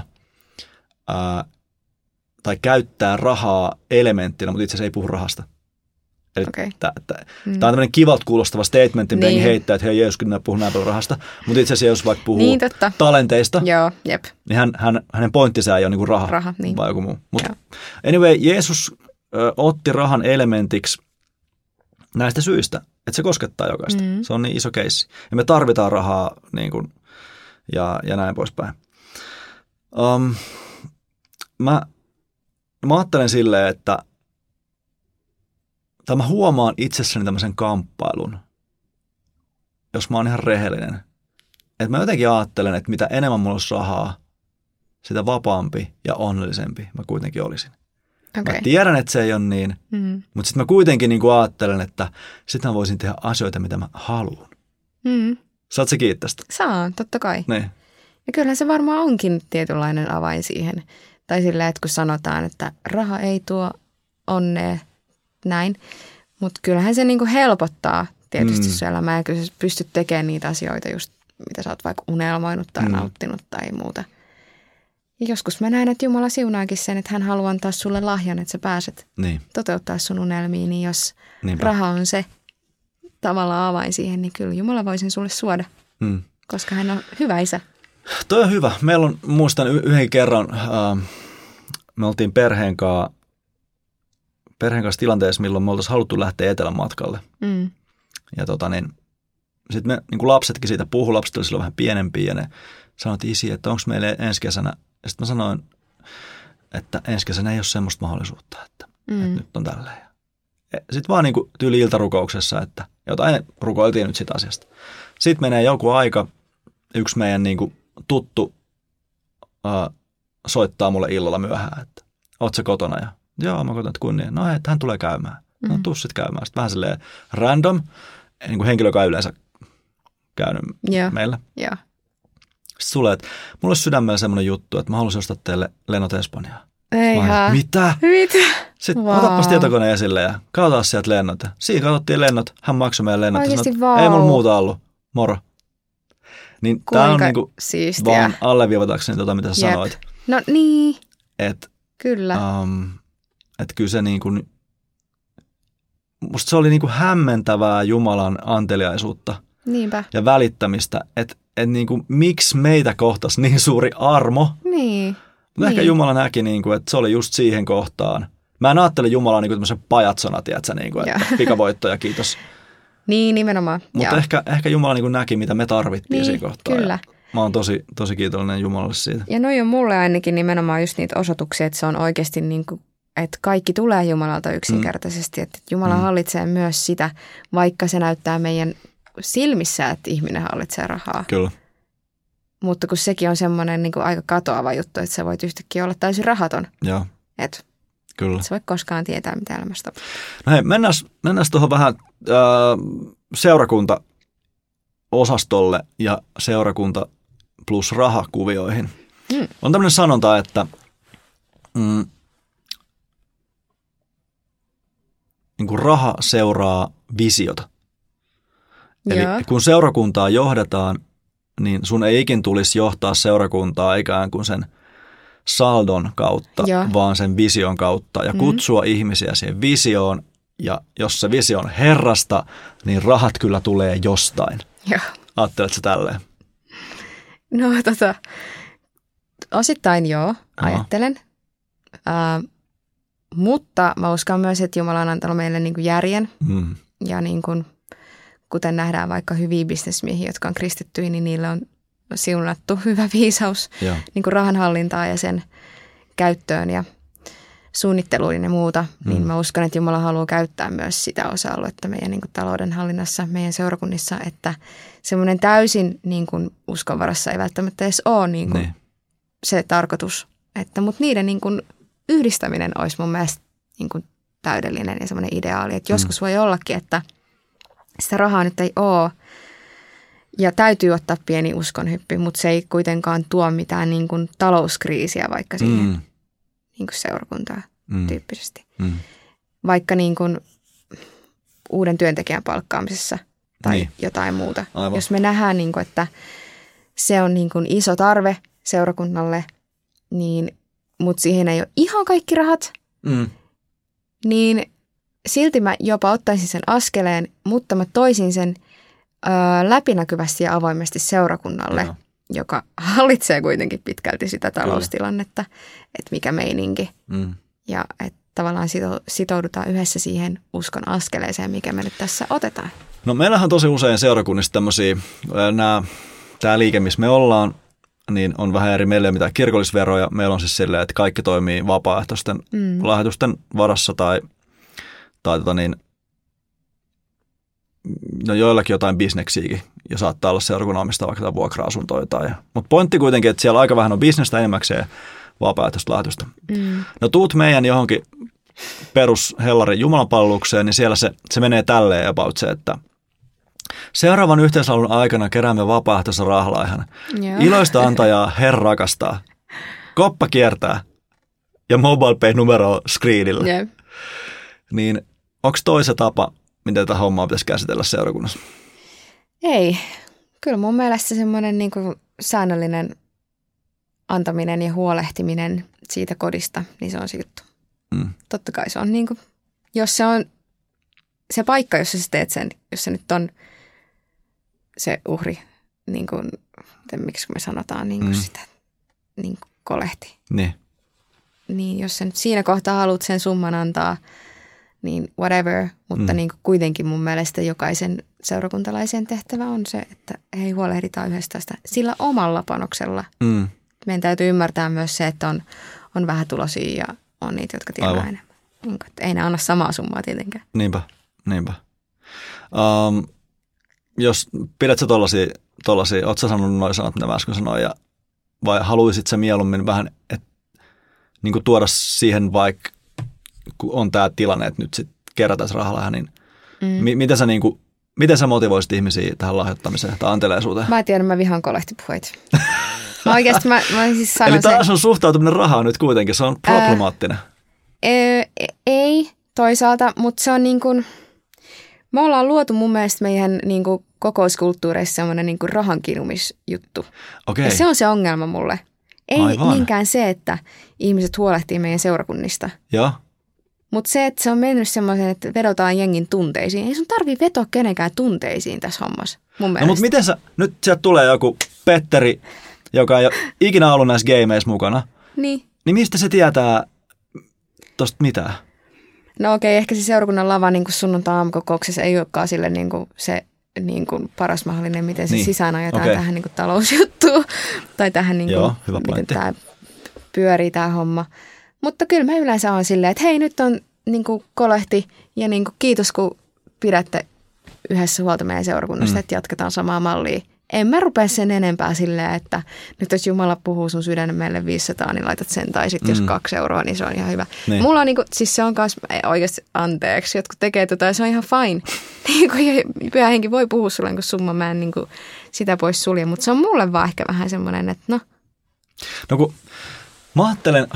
tai käyttää rahaa elementtinä, mutta itse asiassa ei puhu rahasta. Eli tämä on tämmöinen kivalta kuulostava statementti, mitä heittää, että hei, Jeesus kyllä puhuu näin paljon rahasta, mutta itse asiassa Jeesus vaikka puhuu talenteista, niin hänen pointtinsa ei ole niinku raha vai joku muu. Mutta anyway, Jeesus otti rahan elementiksi näistä syistä, että se koskettaa jokaista. Se on niin iso keissi. Ja me tarvitaan rahaa niin kuin, ja näin poispäin. Mä ajattelen silleen, että mä huomaan itsessäni tämmöisen kamppailun, jos mä oon ihan rehellinen. Että mä jotenkin ajattelen, että mitä enemmän mulla olisi rahaa, sitä vapaampi ja onnellisempi mä kuitenkin olisin. Mä tiedän, että se ei ole niin, mutta sitten mä kuitenkin niin kuin ajattelen, että sitten mä voisin tehdä asioita, mitä mä haluan. Saat sä kiinni tästä? Saan, totta kai. Niin. Ja kyllähän se varmaan onkin tietynlainen avain siihen. Tai silleen, että kun sanotaan, että raha ei tuo onnea, näin. Mutta kyllähän se niinku helpottaa tietysti sun elämää ja kyllä sä pystyt tekemään niitä asioita just, mitä sä oot vaikka unelmoinut tai nauttinut tai muuta. Ja joskus mä näen, että Jumala siunaakin sen, että hän haluaa antaa sulle lahjan, että sä pääset toteuttaa sun unelmiin. Niin jos raha on se tavallaan avain siihen, niin kyllä Jumala voi sen sulle suoda, koska hän on hyvä isä. Toi on hyvä. Meillä on, muistan yhden kerran, me oltiin perheen kanssa tilanteessa, milloin me oltaisiin haluttu lähteä etelän matkalle. Ja sitten me niin kuin lapsetkin siitä puhui, lapset oli silloin vähän pienempiä ja ne sanoivat isi, että onko meille ensi kesänä. Ja sitten mä sanoin, että ensi kesänä ei ole semmoista mahdollisuutta, että nyt on tälleen. Sitten vaan niin kuin tyyli iltarukouksessa, että jotain rukoiltiin nyt siitä asiasta. Sitten menee joku aika, yksi meidän niin kuin tuttu soittaa mulle illalla myöhään, että oot sä kotona? Ja joo, mä kotona, että kunnia. No että hän tulee käymään. No tuu sit käymään. Sitten vähän silleen random, niin kuin henkilö, joka on yleensä käynyt meillä. Joo. Sitten tulee, että mulla olisi sydämellä semmoinen juttu, että mä haluaisin ostaa teille lennot Espanjaan. Mitä? Sitten otappas tietokone esille ja katsotaan sieltä lennot. Siinä katsottiin lennot, hän maksoi meidän lennot. Oikeasti ei mulla muuta ollut, moro. Niin tää on niinku siistiä. Vaan alleviivatakseni mitä sä sanoit. No niin, kyllä. Että kyllä se niinku, musta se oli niinku hämmentävää Jumalan anteliaisuutta. Niinpä. Ja välittämistä, että niinku, miksi meitä kohtasi niin suuri armo. Niin. Mutta ehkä Jumala näki, niinku, että se oli just siihen kohtaan. Mä en ajattele Jumalaa niinku tämmöisen pajatsona, tiedätkö, niinku, että pikavoittoja, kiitos. Niin, nimenomaan. Mutta ehkä Jumala niinku näki, mitä me tarvittiin siinä kohtaa. Kyllä. Mä oon tosi kiitollinen Jumalalle siitä. Ja noi on mulle ainakin nimenomaan just niitä osoituksia, että se on oikeasti niinku, että kaikki tulee Jumalalta yksinkertaisesti. Että Jumala hallitsee myös sitä, vaikka se näyttää meidän silmissä, että ihminen hallitsee rahaa. Kyllä. Mutta kun sekin on semmoinen niinku aika katoava juttu, että sä voit yhtäkkiä olla täysin rahaton. Joo. Kyllä. Sä voit koskaan tietää, mitä elämästä tapahtuu. No hei, mennään tuohon vähän seurakunta-osastolle ja seurakunta plus rahakuvioihin. On tämmöinen sanonta, että niin kuin raha seuraa visiota. Eli kun seurakuntaa johdetaan, niin sun ei ikin tulisi johtaa seurakuntaa ikään kuin sen saldon kautta, vaan sen vision kautta ja kutsua ihmisiä siihen visioon. Ja jos se visio on Herrasta, niin rahat kyllä tulee jostain. Ajatteletko tälleen? No osittain ajattelen. Mutta mä uskon myös, että Jumala on antanut meille niin kuin järjen. Ja niin kuin, kuten nähdään vaikka hyviä bisnesmiehiä, jotka on kristittyjä, niin niillä on siunattu hyvä viisaus niin kuin rahanhallintaa ja sen käyttöön ja suunnitteluun ja muuta. Niin mä uskon, että Jumala haluaa käyttää myös sitä osa-aluetta meidän niin kuin taloudenhallinnassa, meidän seurakunnissa, että semmoinen täysin niin kuin uskon varassa ei välttämättä edes ole niin kuin se tarkoitus. Mutta niiden niin kuin yhdistäminen olisi mun mielestä niin kuin täydellinen ja semmoinen ideaali. Että joskus voi ollakin, että sitä rahaa nyt ei ole ja täytyy ottaa pieni uskonhyppi, mutta se ei kuitenkaan tuo mitään niin kuin talouskriisiä vaikka siihen niin kuin seurakuntaa tyyppisesti. Vaikka niin kuin uuden työntekijän palkkaamisessa tai jotain muuta. Aivan. Jos me nähdään, niin kuin, että se on niin kuin iso tarve seurakunnalle, niin, mutta siihen ei ole ihan kaikki rahat, niin silti mä jopa ottaisin sen askeleen, mutta mä toisin sen läpinäkyvästi ja avoimesti seurakunnalle, joka hallitsee kuitenkin pitkälti sitä taloustilannetta, että mikä meininki. Ja että tavallaan sitoudutaan yhdessä siihen uskon askeleeseen, mikä me nyt tässä otetaan. No meillähän tosi usein seurakunnissa tämmöisiä, tämä liike, missä me ollaan, niin on vähän eri. Meillä ei ole mitään kirkollisveroja. Meillä on siis silleen, että kaikki toimii vapaaehtoisten lahjoitusten varassa tai no joillakin jotain bisneksiäkin ja saattaa olla seurakunnan omista vaikka vuokra-asuntoja. Mutta pointti kuitenkin, että siellä aika vähän on bisnestä enimmäkseen vapaaehtoista lahjoitusta. No tuut meidän johonkin perus hellarin jumalanpalvelukseen, niin siellä se menee tälleen about se, että seuraavan yhteislaulun aikana keräämme vapaaehtoisen rahalaihan. Iloista antajaa Herra rakastaa. Koppa kiertää ja MobilePay-numero screenille. Niin onko toi se tapa, miten tätä hommaa pitäisi käsitellä seurakunnassa? Ei. Kyllä mun mielestä semmoinen niin kuin säännöllinen antaminen ja huolehtiminen siitä kodista, niin se on se juttu. Totta kai se on niin kuin, jos se on se paikka, jossa sä teet sen, jos se nyt on se uhri, niin kuin, miksi me sanotaan niin kuin sitä, niin kuin kolehti. Niin jos sä nyt siinä kohtaa haluat sen summan antaa, niin whatever, mutta niin kuin kuitenkin mun mielestä jokaisen seurakuntalaisen tehtävä on se, että hei, huolehditaan yhdessä tästä sillä omalla panoksella. Meidän täytyy ymmärtää myös se, että on vähätuloisia ja on niitä, jotka tienaa enemmän. Niin kuin, ei ne anna samaa summaa tietenkään. Niinpä. Jos pidät sä tollasia, oot sä sanonut noin sanat, mitä mä äsken sanoin, vai haluisit sä mieluummin vähän niin kuin tuoda siihen, vaikka kun on tämä tilanne, että nyt sitten kerätäisiin rahalla, niin miten sä motivoisit ihmisiä tähän lahjoittamiseen tai anteleisuuteen? Mä tiedän, mä vihaan kolehtipuheita. Oikeasti mä siis sanon eli taas on suhtautuminen rahaan nyt kuitenkin, se on problemaattinen. Ei toisaalta, mutta se on niin kuin, me ollaan luotu mun mielestä meidän niin kuin kokouskulttuureissa semmoinen niin kuin rahankinumisjuttu. Okay. Ja se on se ongelma mulle. Ei Aivan. niinkään se, että ihmiset huolehtii meidän seurakunnista. Joo. Mutta se, että se on mennyt semmoisen, että vedotaan jengin tunteisiin. Ei sun tarvii vetoa kenenkään tunteisiin tässä hommassa, mun mielestä. No mutta miten nyt sieltä tulee joku Petteri, joka ei ole ikinä ollut näissä gameissa mukana. Niin mistä se tietää tosta mitään? No okei, ehkä se seurakunnan lava niin kuin sunnuntai-aamukokouksessa ei olekaan sille niin kuin se niin kuin paras mahdollinen, miten se sisään ajetaan tähän niin kuin talousjuttuun. Tai tähän, niin kuin, miten tämä pyörii tämä homma. Mutta kyllä mä yleensä on silleen, että hei, nyt on niin kuin kolehti ja niin kuin kiitos, kun pidätte yhdessä huolta meidän seurakunnasta, että jatketaan samaa mallia. En mä rupea sen enempää silleen, että nyt jos Jumala puhuu sun sydämelle 500, niin laitat sen. Tai sitten jos 2 euroa, niin se on ihan hyvä. Niin. Mulla on niinku, siis se on myös oikeasti anteeksi. Jotkut tekee ja se on ihan fine. Pyhä henki voi puhua sulle niin summa, mä en niinku sitä pois sulje. Mutta se on mulle vaan ehkä vähän semmoinen, että no. No kun mä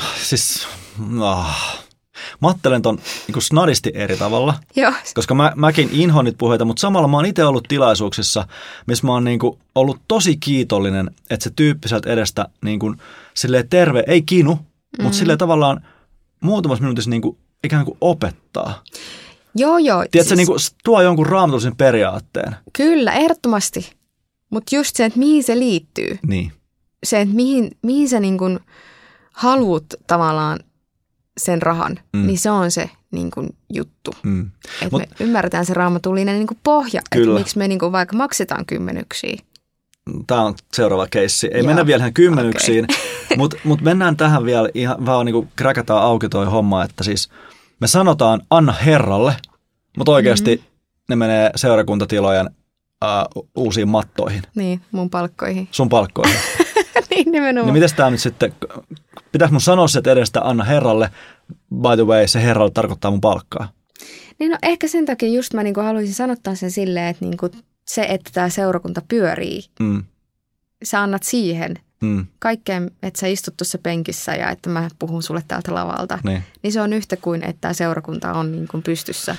ajattelen ton niin snadisti eri tavalla, Joo. koska mäkin inhoan niitä puheita, mutta samalla mä oon itse ollut tilaisuuksissa, missä mä oon niin kuin ollut tosi kiitollinen, että se tyyppi sieltä edestä niin kuin, silleen terve, ei kinu, mutta silleen tavallaan muutamassa minuutissa niin kuin, ikään kuin opettaa. Joo. Tiedätkö, siis niin kuin, tuo jonkun raamatullisen periaatteen. Kyllä, ehdottomasti. Mutta just se, että mihin se liittyy. Niin. Se, että mihin sä niin kuin haluat tavallaan sen rahan, niin se on se niin kuin, juttu. Että me ymmärretään se raamatullinen niin kuin pohja, että miksi me niin kuin, vaikka maksetaan kymmenyksiä. Tämä on seuraava keissi. Ei mennä vielä ihan kymmenyksiin, mutta mennään tähän vielä ihan vaan niin kuin kräkätään auki toi homma, että siis me sanotaan anna Herralle, mutta oikeasti ne menee seurakuntatilojen uusiin mattoihin. Niin, mun palkkoihin. Sun palkkoihin. Niin nimenomaan. Niin mites tää nyt sitten, pitäis mun sanoa se, että edestä anna Herralle, by the way, se Herralle tarkoittaa mun palkkaa. Niin no ehkä sen takia just mä niinku haluaisin sanottaa sen silleen, että niinku se, että tää seurakunta pyörii, sä annat siihen kaikkeen, että sä istut tuossa penkissä ja että mä puhun sulle täältä lavalta, niin se on yhtä kuin, että tää seurakunta on niinku pystyssä.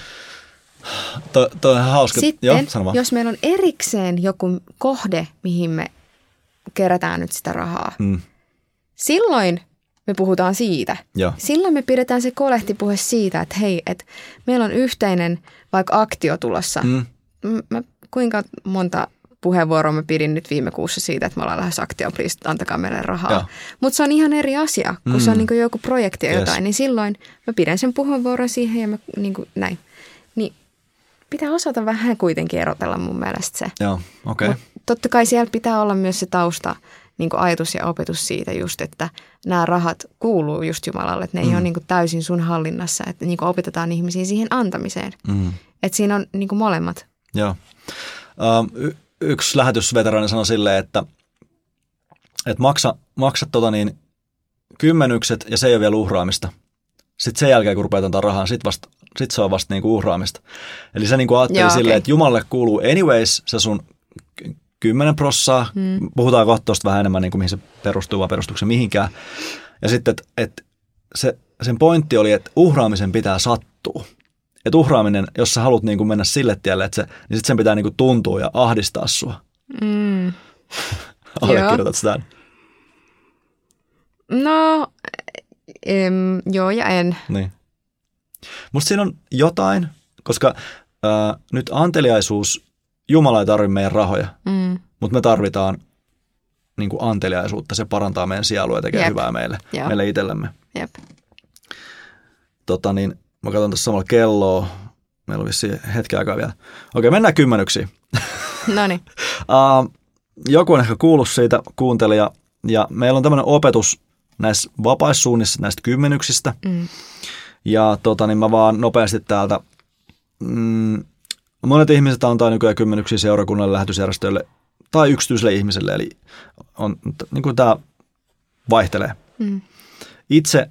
Toi on ihan hauska. Sitten, jos meillä on erikseen joku kohde, mihin me kerätään nyt sitä rahaa, silloin me puhutaan siitä. Joo. Silloin me pidetään se kolehtipuhe siitä, että hei, että meillä on yhteinen vaikka aktio tulossa. Kuinka monta puheenvuoroa mä pidin nyt viime kuussa siitä, että me ollaan lähes aktioon, please, antakaa meille rahaa. Mutta se on ihan eri asia, kun se on niin joku projekti ja jotain, niin silloin mä pidän sen puheenvuoron siihen ja mä niin näin. Niin pitää osata vähän kuitenkin erotella mun mielestä se. Joo, okei. Totta kai siellä pitää olla myös se tausta, niin kuin ajatus ja opetus siitä just, että nämä rahat kuuluu just Jumalalle, että ne ei ole niin kuin täysin sun hallinnassa, että niin kuin opetetaan ihmisiä siihen antamiseen. Että siinä on niin kuin molemmat. Joo. Yksi lähetysveteraani sanoi silleen, että maksa kymmenykset ja se ei ole vielä uhraamista. Sitten sen jälkeen, kun rupeat antaa rahaa, sitten se on vasta niinku uhraamista. Eli se niinku ajatteli silleen, että Jumalalle kuuluu anyways se sun 10%. Puhutaan kohta tuosta vähän enemmän, niin kuin mihin se perustuu, vai perustuuko se mihinkään. Ja sitten, että sen pointti oli, että uhraamisen pitää sattua. Että uhraaminen, jos sä haluat niin kuin mennä sille tielle, että niin sitten sen pitää niin kuin tuntua ja ahdistaa sua. Allekirjoitat sitä. No, joo ja en. Niin. Musta siinä on jotain, koska nyt anteliaisuus, Jumala ei tarvitse meidän rahoja, mutta me tarvitaan niin kuin anteliaisuutta. Se parantaa meidän sielua ja tekee hyvää meille itsellemme. Jep. Mä katson tässä samalla kelloa. Meillä on vissiin hetken aikaa vielä. Okei, mennään kymmenyksiin. Noniin. Joku on ehkä kuullut siitä, kuuntelija. Ja meillä on tämmöinen opetus näissä vapaissuunnissa näistä kymmenyksistä. Ja mä vaan nopeasti täältä. Monet ihmiset antaa nykyään kymmenyksiä seurakunnalle, lähetysjärjestöille tai yksityiselle ihmiselle. Eli niin kuin tämä vaihtelee. Itse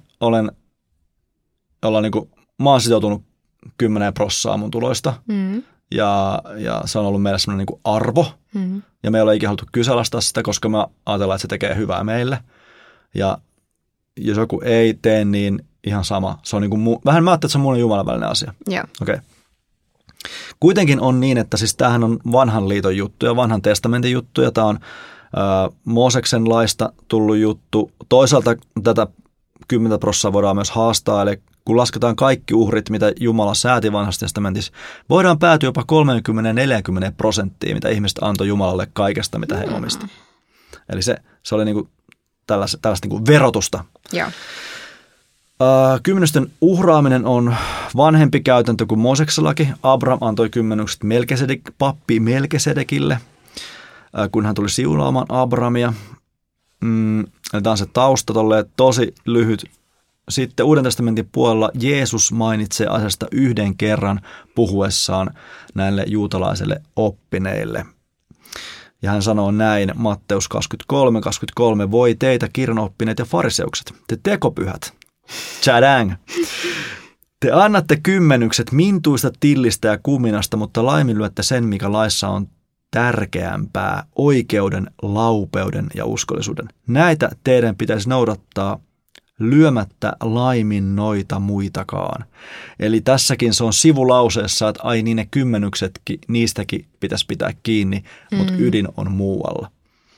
mä oon sitoutunut 10% mun tuloista. Ja se on ollut meille semmoinen niin kuin arvo. Ja me ei ole ikinä haluttu kyseenalaistaa sitä, koska me ajatellaan, että se tekee hyvää meille. Ja jos joku ei tee, niin ihan sama. Se on niin kuin vähän mä ajattelin, että se on mun ja Jumalan välinen asia. Joo. Okay. Kuitenkin on niin, että siis tämähän on vanhan liiton juttu ja vanhan testamentin juttu. Ja tämä on Mooseksen laista tullut juttu. Toisaalta tätä 10% voidaan myös haastaa, eli kun lasketaan kaikki uhrit, mitä Jumala sääti vanhassa testamentissa, voidaan päätyä jopa 30-40%, mitä ihmiset antoi Jumalalle kaikesta, mitä he omistivat. Eli se oli niinku tällaista niinku verotusta. Joo. Kymmenysten uhraaminen on vanhempi käytäntö kuin Mooseksen laki. Abraham antoi kymmenykset pappi Melkisedekille, kun hän tuli siunaamaan Abrahamia. Tämä on se tausta, tosi lyhyt. Sitten Uuden testamentin puolella Jeesus mainitsee asiasta yhden kerran puhuessaan näille juutalaisille oppineille. Ja hän sanoo näin, Matteus 23, voi teitä kirjanoppineet ja fariseukset, te tekopyhät. Tchadang. Te annatte kymmenykset mintuista, tillistä ja kuminasta, mutta laiminlyötte sen, mikä laissa on tärkeämpää, oikeuden, laupeuden ja uskollisuuden. Näitä teidän pitäisi noudattaa lyömättä laimin noita muitakaan. Eli tässäkin se on sivulauseessa, että ai niin ne kymmenyksetkin, niistäkin pitäisi pitää kiinni, mutta ydin on muualla.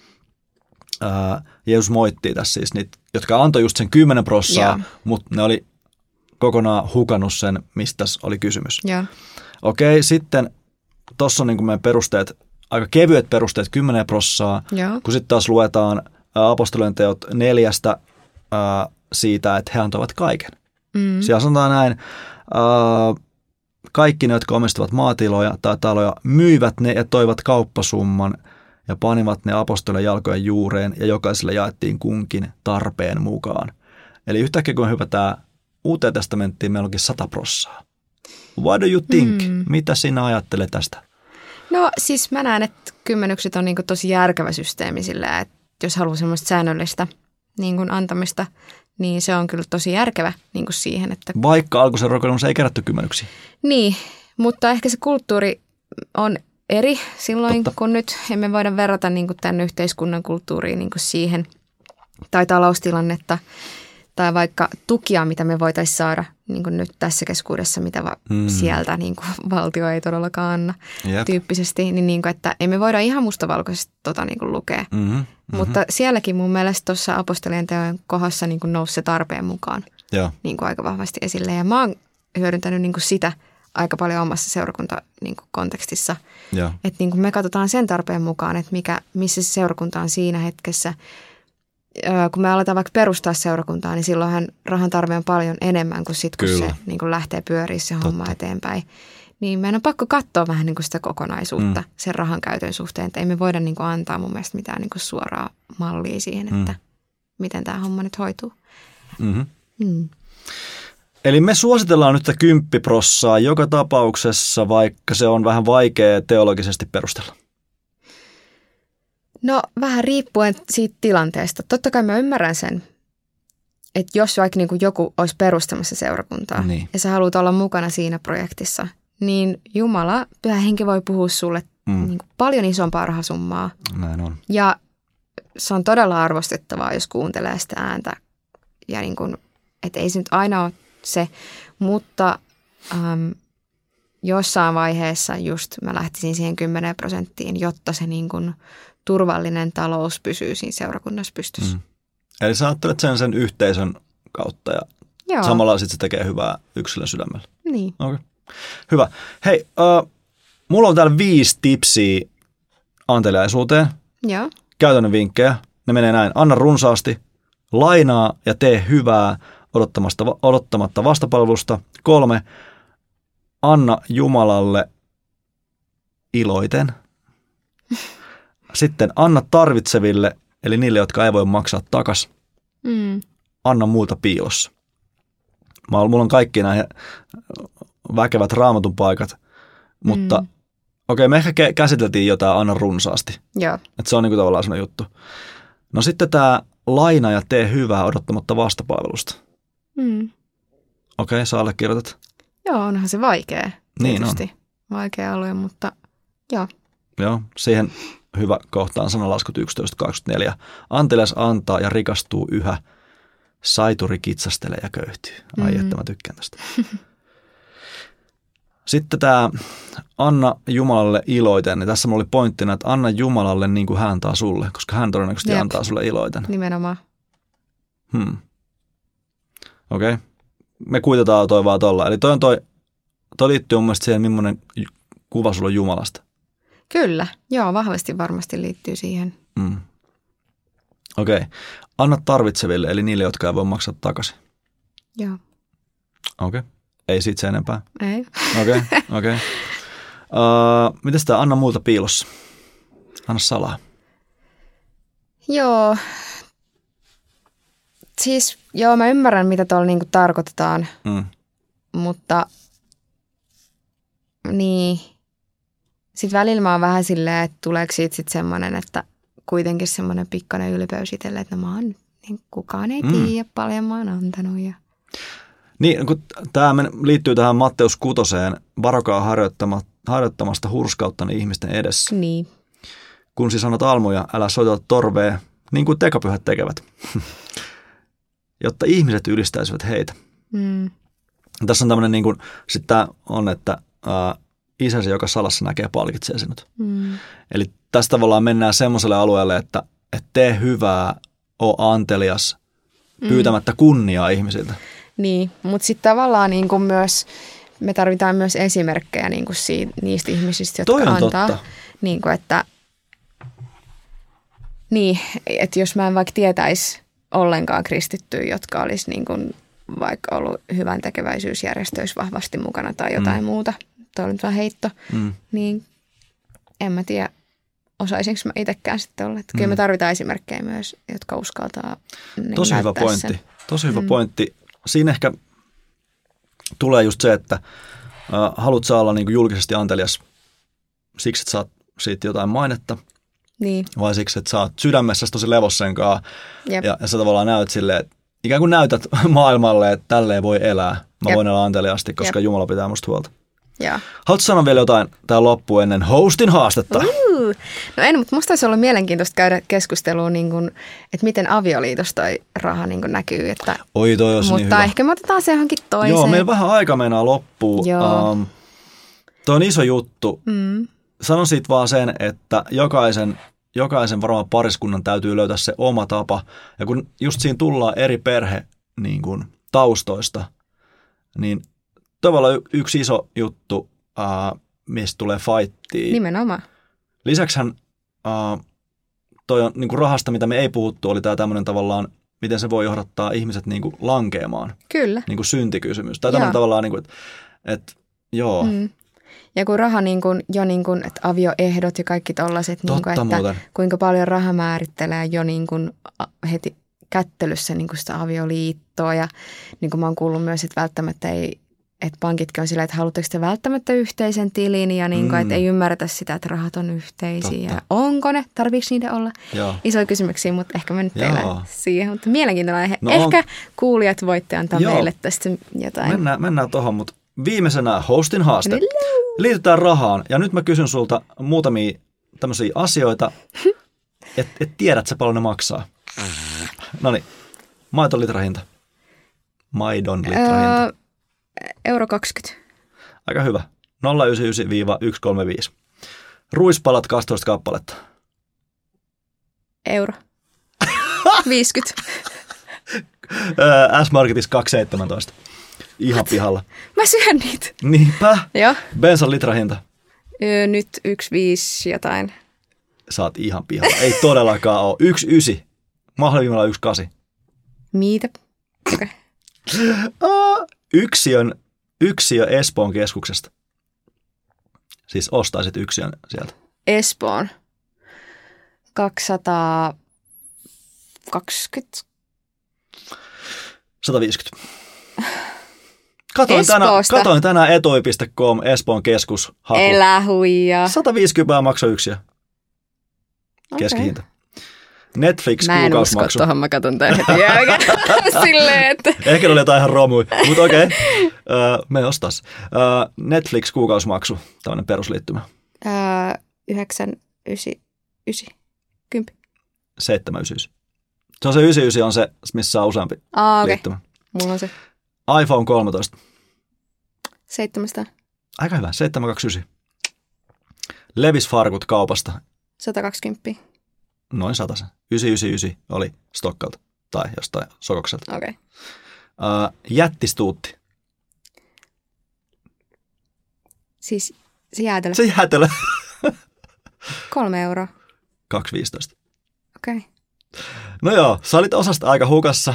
Jeesus moittii tässä siis niitä, jotka antoi just sen 10%, mutta ne oli kokonaan hukannut sen, mistä oli kysymys. Yeah. Okei, sitten tuossa on niin kuin meidän perusteet, aika kevyet perusteet 10%, kun sitten taas luetaan apostolien teot 4 siitä, että he antoivat kaiken. Siellä sanotaan näin, kaikki ne, jotka omistavat maatiloja tai taloja, myivät ne ja toivat kauppasumman ja panivat ne apostolien jalkojen juureen ja jokaiselle jaettiin kunkin tarpeen mukaan. Eli yhtäkkiä kun hypätään Uuteen testamenttiin, meillä onkin 100%. What do you think? Mitä sinä ajattelet tästä? No siis mä näen, että kymmenykset on niinku tosi järkevä systeemi sillä, että jos haluaa semmoista säännöllistä niinku antamista, niin se on kyllä tosi järkevä niinku siihen, että... Vaikka alkuisen rukoilussa ei kerätty kymmenyksiä. Niin, mutta ehkä se kulttuuri on eri silloin, kun nyt emme voida verrata niinku tämän yhteiskunnan kulttuuriin niinku siihen, tai taloustilannetta, tai vaikka tukia, mitä me voitaisiin saada niin kuin nyt tässä keskuudessa, mitä sieltä niin kuin valtio ei todellakaan anna tyyppisesti, niin kuin, että emme voida ihan mustavalkoisesti niin kuin lukea. Mutta sielläkin mun mielestä tuossa apostolien teojen kohdassa niin kuin nousi se tarpeen mukaan niin kuin aika vahvasti esille. Ja mä oon hyödyntänyt niin kuin sitä aika paljon omassa seurakuntakontekstissa. Että niin kuin me katsotaan sen tarpeen mukaan, että missä se seurakunta on siinä hetkessä. Kun me aletaan vaikka perustaa seurakuntaa, niin silloinhan rahan tarve on paljon enemmän kuin sitten, kun se niin kuin lähtee pyöriin se homma eteenpäin. Niin meidän on pakko katsoa vähän niin kuin sitä kokonaisuutta sen rahan käytön suhteen, että ei me voida niin kuin antaa mun mielestä mitään niin kuin suoraa mallia siihen, että miten tämä homma nyt hoituu. Eli me suositellaan nyt 10% joka tapauksessa, vaikka se on vähän vaikea teologisesti perustella. No vähän riippuen siitä tilanteesta. Totta kai mä ymmärrän sen, että jos vaikka niin kuin joku olisi perustamassa seurakuntaa ja sä haluat olla mukana siinä projektissa, niin Jumala, Pyhä Henki voi puhua sulle niin kuin paljon isompaa rahasummaa. Näin on. Ja se on todella arvostettavaa, jos kuuntelee sitä ääntä. Ja niin kuin, että ei se nyt aina ole se, mutta jossain vaiheessa just mä lähtisin siihen 10%, jotta se niin kuin turvallinen talous pysyy siinä seurakunnassa pystyssä. Eli sä ajattelet sen yhteisön kautta ja Joo. samalla sitten se tekee hyvää yksilön sydämellä. Niin. Okay. Hyvä. Hei, mulla on täällä 5 tipsiä anteliaisuuteen. Joo. Käytännön vinkkejä. Ne menee näin. Anna runsaasti, lainaa ja tee hyvää odottamatta vastapalvelusta. 3. Anna Jumalalle iloiten. Sitten anna tarvitseville, eli niille, jotka ei voi maksaa takaisin. Anna muilta piilossa. Mulla on kaikki nämä väkevät raamatun paikat, mutta okei, me ehkä käsiteltiin jotain anna runsaasti. Joo. Että se on niinku tavallaan sellainen juttu. No sitten tämä laina ja tee hyvää odottamatta vastapalvelusta. Okei, sä allekirjoitat. Joo, onhan se vaikea. Niin tietysti. Vaikea alue, mutta joo. Joo, siihen hyvä kohta on sanalaskut 11.24. Antelias antaa ja rikastuu yhä. Saituri kitsastelee ja köyhtyy. Ai että mä tykkään tästä. Sitten tämä anna Jumalalle iloiten. Niin tässä mulla oli pointtina, että anna Jumalalle niin kuin hän antaa sulle, koska hän todennäköisesti antaa sulle iloiten. Nimenomaan. Okei. Me kuitataan toi vaan tolla. Eli toi liittyy mun mielestä siihen, millainen kuva sulla on Jumalasta. Kyllä. Joo, vahvasti varmasti liittyy siihen. Okei. Anna tarvitseville, eli niille, jotka ei voi maksaa takaisin. Joo. Okei. Ei siitä se enempää. Ei. Okei. Mites tää anna muilta piilossa? Anna salaa. Joo. Siis, joo, mä ymmärrän, mitä tuolla niinku tarkoitetaan, mutta niin. Sitten välillä mä oon vähän silleen, että tuleeko siitä sitten semmoinen, että kuitenkin semmoinen pikkainen ylpeys itselle, että no mä oon, niin kukaan ei tiedä, paljon mä oon antanut. Ja... Niin, kun tämä liittyy tähän Matteus 6, varokaa harjoittamasta hurskautta ihmisten edessä. Niin. Kun siis annat almuja, älä soita torvea, niin kuin tekapyhät tekevät, jotta ihmiset ylistäisivät heitä. Tässä on tämmöinen, niin kuin, sitten tämä on, että isäsi, joka salassa näkee, palkitsee sinut. Eli tästä tavallaan mennään semmoiselle alueelle, että tee hyvää, oo antelias, pyytämättä kunniaa ihmisiltä. Niin, mutta sitten tavallaan niin kuin myös, me tarvitaan myös esimerkkejä niin kuin niistä ihmisistä, jotka antaa. Totta. Niin kuin, että jos mä en vaikka tietäisi ollenkaan kristittyä, jotka olisi niin kuin vaikka ollut hyvän tekeväisyysjärjestöissä vahvasti mukana tai jotain muuta. Tuo oli nyt vaan heitto. Niin en mä tiedä, osaisinko mä itsekään sitten olla. Kyllä me tarvitaan esimerkkejä myös, jotka uskaltaa niin tosi hyvä pointti. Sen. Tosi hyvä pointti. Siinä ehkä tulee just se, että haluat sä olla niin kuin julkisesti antelias siksi, että saat siitä jotain mainetta. Niin. Vai siksi, että sä oot sydämessäsi tosi levossenkaan ja sä tavallaan näyt silleen, että ikään kuin näytät maailmalle, että tälleen voi elää. Mä voin olla anteliaasti, koska Jumala pitää musta huolta. Haluatko sanoa vielä jotain tähän loppuun ennen hostin haastetta? No en, mutta musta olisi ollut mielenkiintoista käydä keskustelua, niin kuin, että miten avioliitossa toi raha niin kuin näkyy. Että, oi, toi olisi niin hyvä. Mutta ehkä me otetaan se johonkin toiseen. Joo, meillä vähän aika meinaa loppuun. Toi on iso juttu. Sanon siitä vaan sen, että jokaisen varmaan pariskunnan täytyy löytää se oma tapa. Ja kun just siinä tullaan eri perhe niin kuin, taustoista, niin tavallaan yksi iso juttu, mistä tulee fightia. Nimenomaan. Lisäksihän toi on niin kuin rahasta, mitä me ei puhuttu, oli tämä tämmöinen tavallaan, miten se voi johdattaa ihmiset niin kuin lankeamaan. Kyllä. Niin kuin syntikysymys. Tai tämmöinen tavallaan, niin kuin, että joo. Ja kun raha, niin kuin, jo niin kuin, että avioehdot ja kaikki tollaiset, niin kuin, että kuinka paljon raha määrittelee jo niin kuin heti kättelyssä niin kuin sitä avioliittoa. Ja niin kuin mä oon kuullut myös, että välttämättä ei, että pankitkin on sillä, että haluatteko te välttämättä yhteisen tilin ja niin kuin, että ei ymmärretä sitä, että rahat on yhteisiä. Ja onko ne? Tarviiko niitä olla? Isoja kysymyksiä, mutta ehkä me nyt teille siihen. Mutta mielenkiintoinen aihe. No ehkä kuulijat voitte antaa meille tästä jotain. Mennään tuohon, mutta viimeisenä hostin haaste. Liitytään rahaan. Ja nyt mä kysyn sulta muutamia tämmöisiä asioita, että tiedät sä paljon ne maksaa. Noniin, maidon litrahinta. Euro 20. Aika hyvä. 099-135. Ruispalat 12 kappaletta. Euro. 50. S-Marketissa 2,17. Ihan pihalla. Mä syön niitä. Niinpä. Joo. Bensan litrahinta. Nyt 1,5 jotain. Saat ihan pihalla. Ei todellakaan ole. 1,9. Mahdollisesti 1,8. Mitä? Okay. Yksiö Espoon keskuksesta. Siis ostaisit yksiön sieltä. Espoon. 220. 150. Katoin tänään etoi.com Espoon keskus haku. Elä huijaa. 150 maksoi yksiö. Keskihinta. Netflix mä en kuukausimaksu. usko tuohon, mä katson tämän heti silleen, että... Ehkä ne oli jotain ihan romui, mutta okei. Me ostais. Netflix kuukausimaksu, tämmöinen perusliittymä. 9, 9, 9, 10. 799. Se on se 99 on se, missä saa useampi liittymä. Mulla on se. iPhone 13. 700. Aika hyvä, 729. Levis-farkut kaupasta. 120. Noin 100. 999 oli Stokkalta tai jostain Sokokselta. Okei. Jättistuutti. Siis se jäätelö. Se jäätelö. 3 euroa. 2,15. Okei. No joo, sä olit osasta aika hukassa.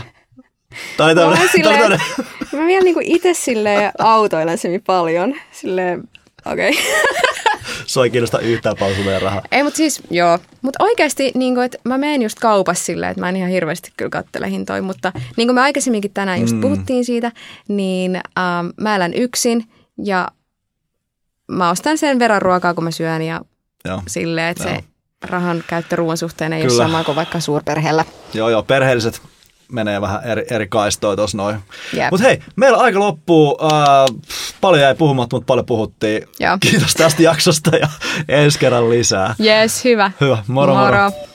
Mä vielä niinku itse silleen autoilen semi paljon. Silleen, okei. Sua ei kiinnosta yhtään paljon meidän rahaa. Ei, mutta siis joo. Mutta oikeasti, niinku, että mä menen just kaupassa silleen, että mä en ihan hirveästi kyllä kattele hintoja. Mutta niin kuin me aikaisemminkin tänään just puhuttiin siitä, niin mä elän yksin ja mä ostan sen verran ruokaa, kun mä syön ja silleen, että se rahan käyttö ruoan suhteen ei ole sama kuin vaikka suurperheellä. Joo, perheelliset menee vähän eri kaistoja tuossa noin. Mutta hei, meillä aika loppuu. Paljon jäi puhumatta, mutta paljon puhuttiin. Joo. Kiitos tästä jaksosta ja ensi kerran lisää. Yes, hyvä. Hyvä, moro.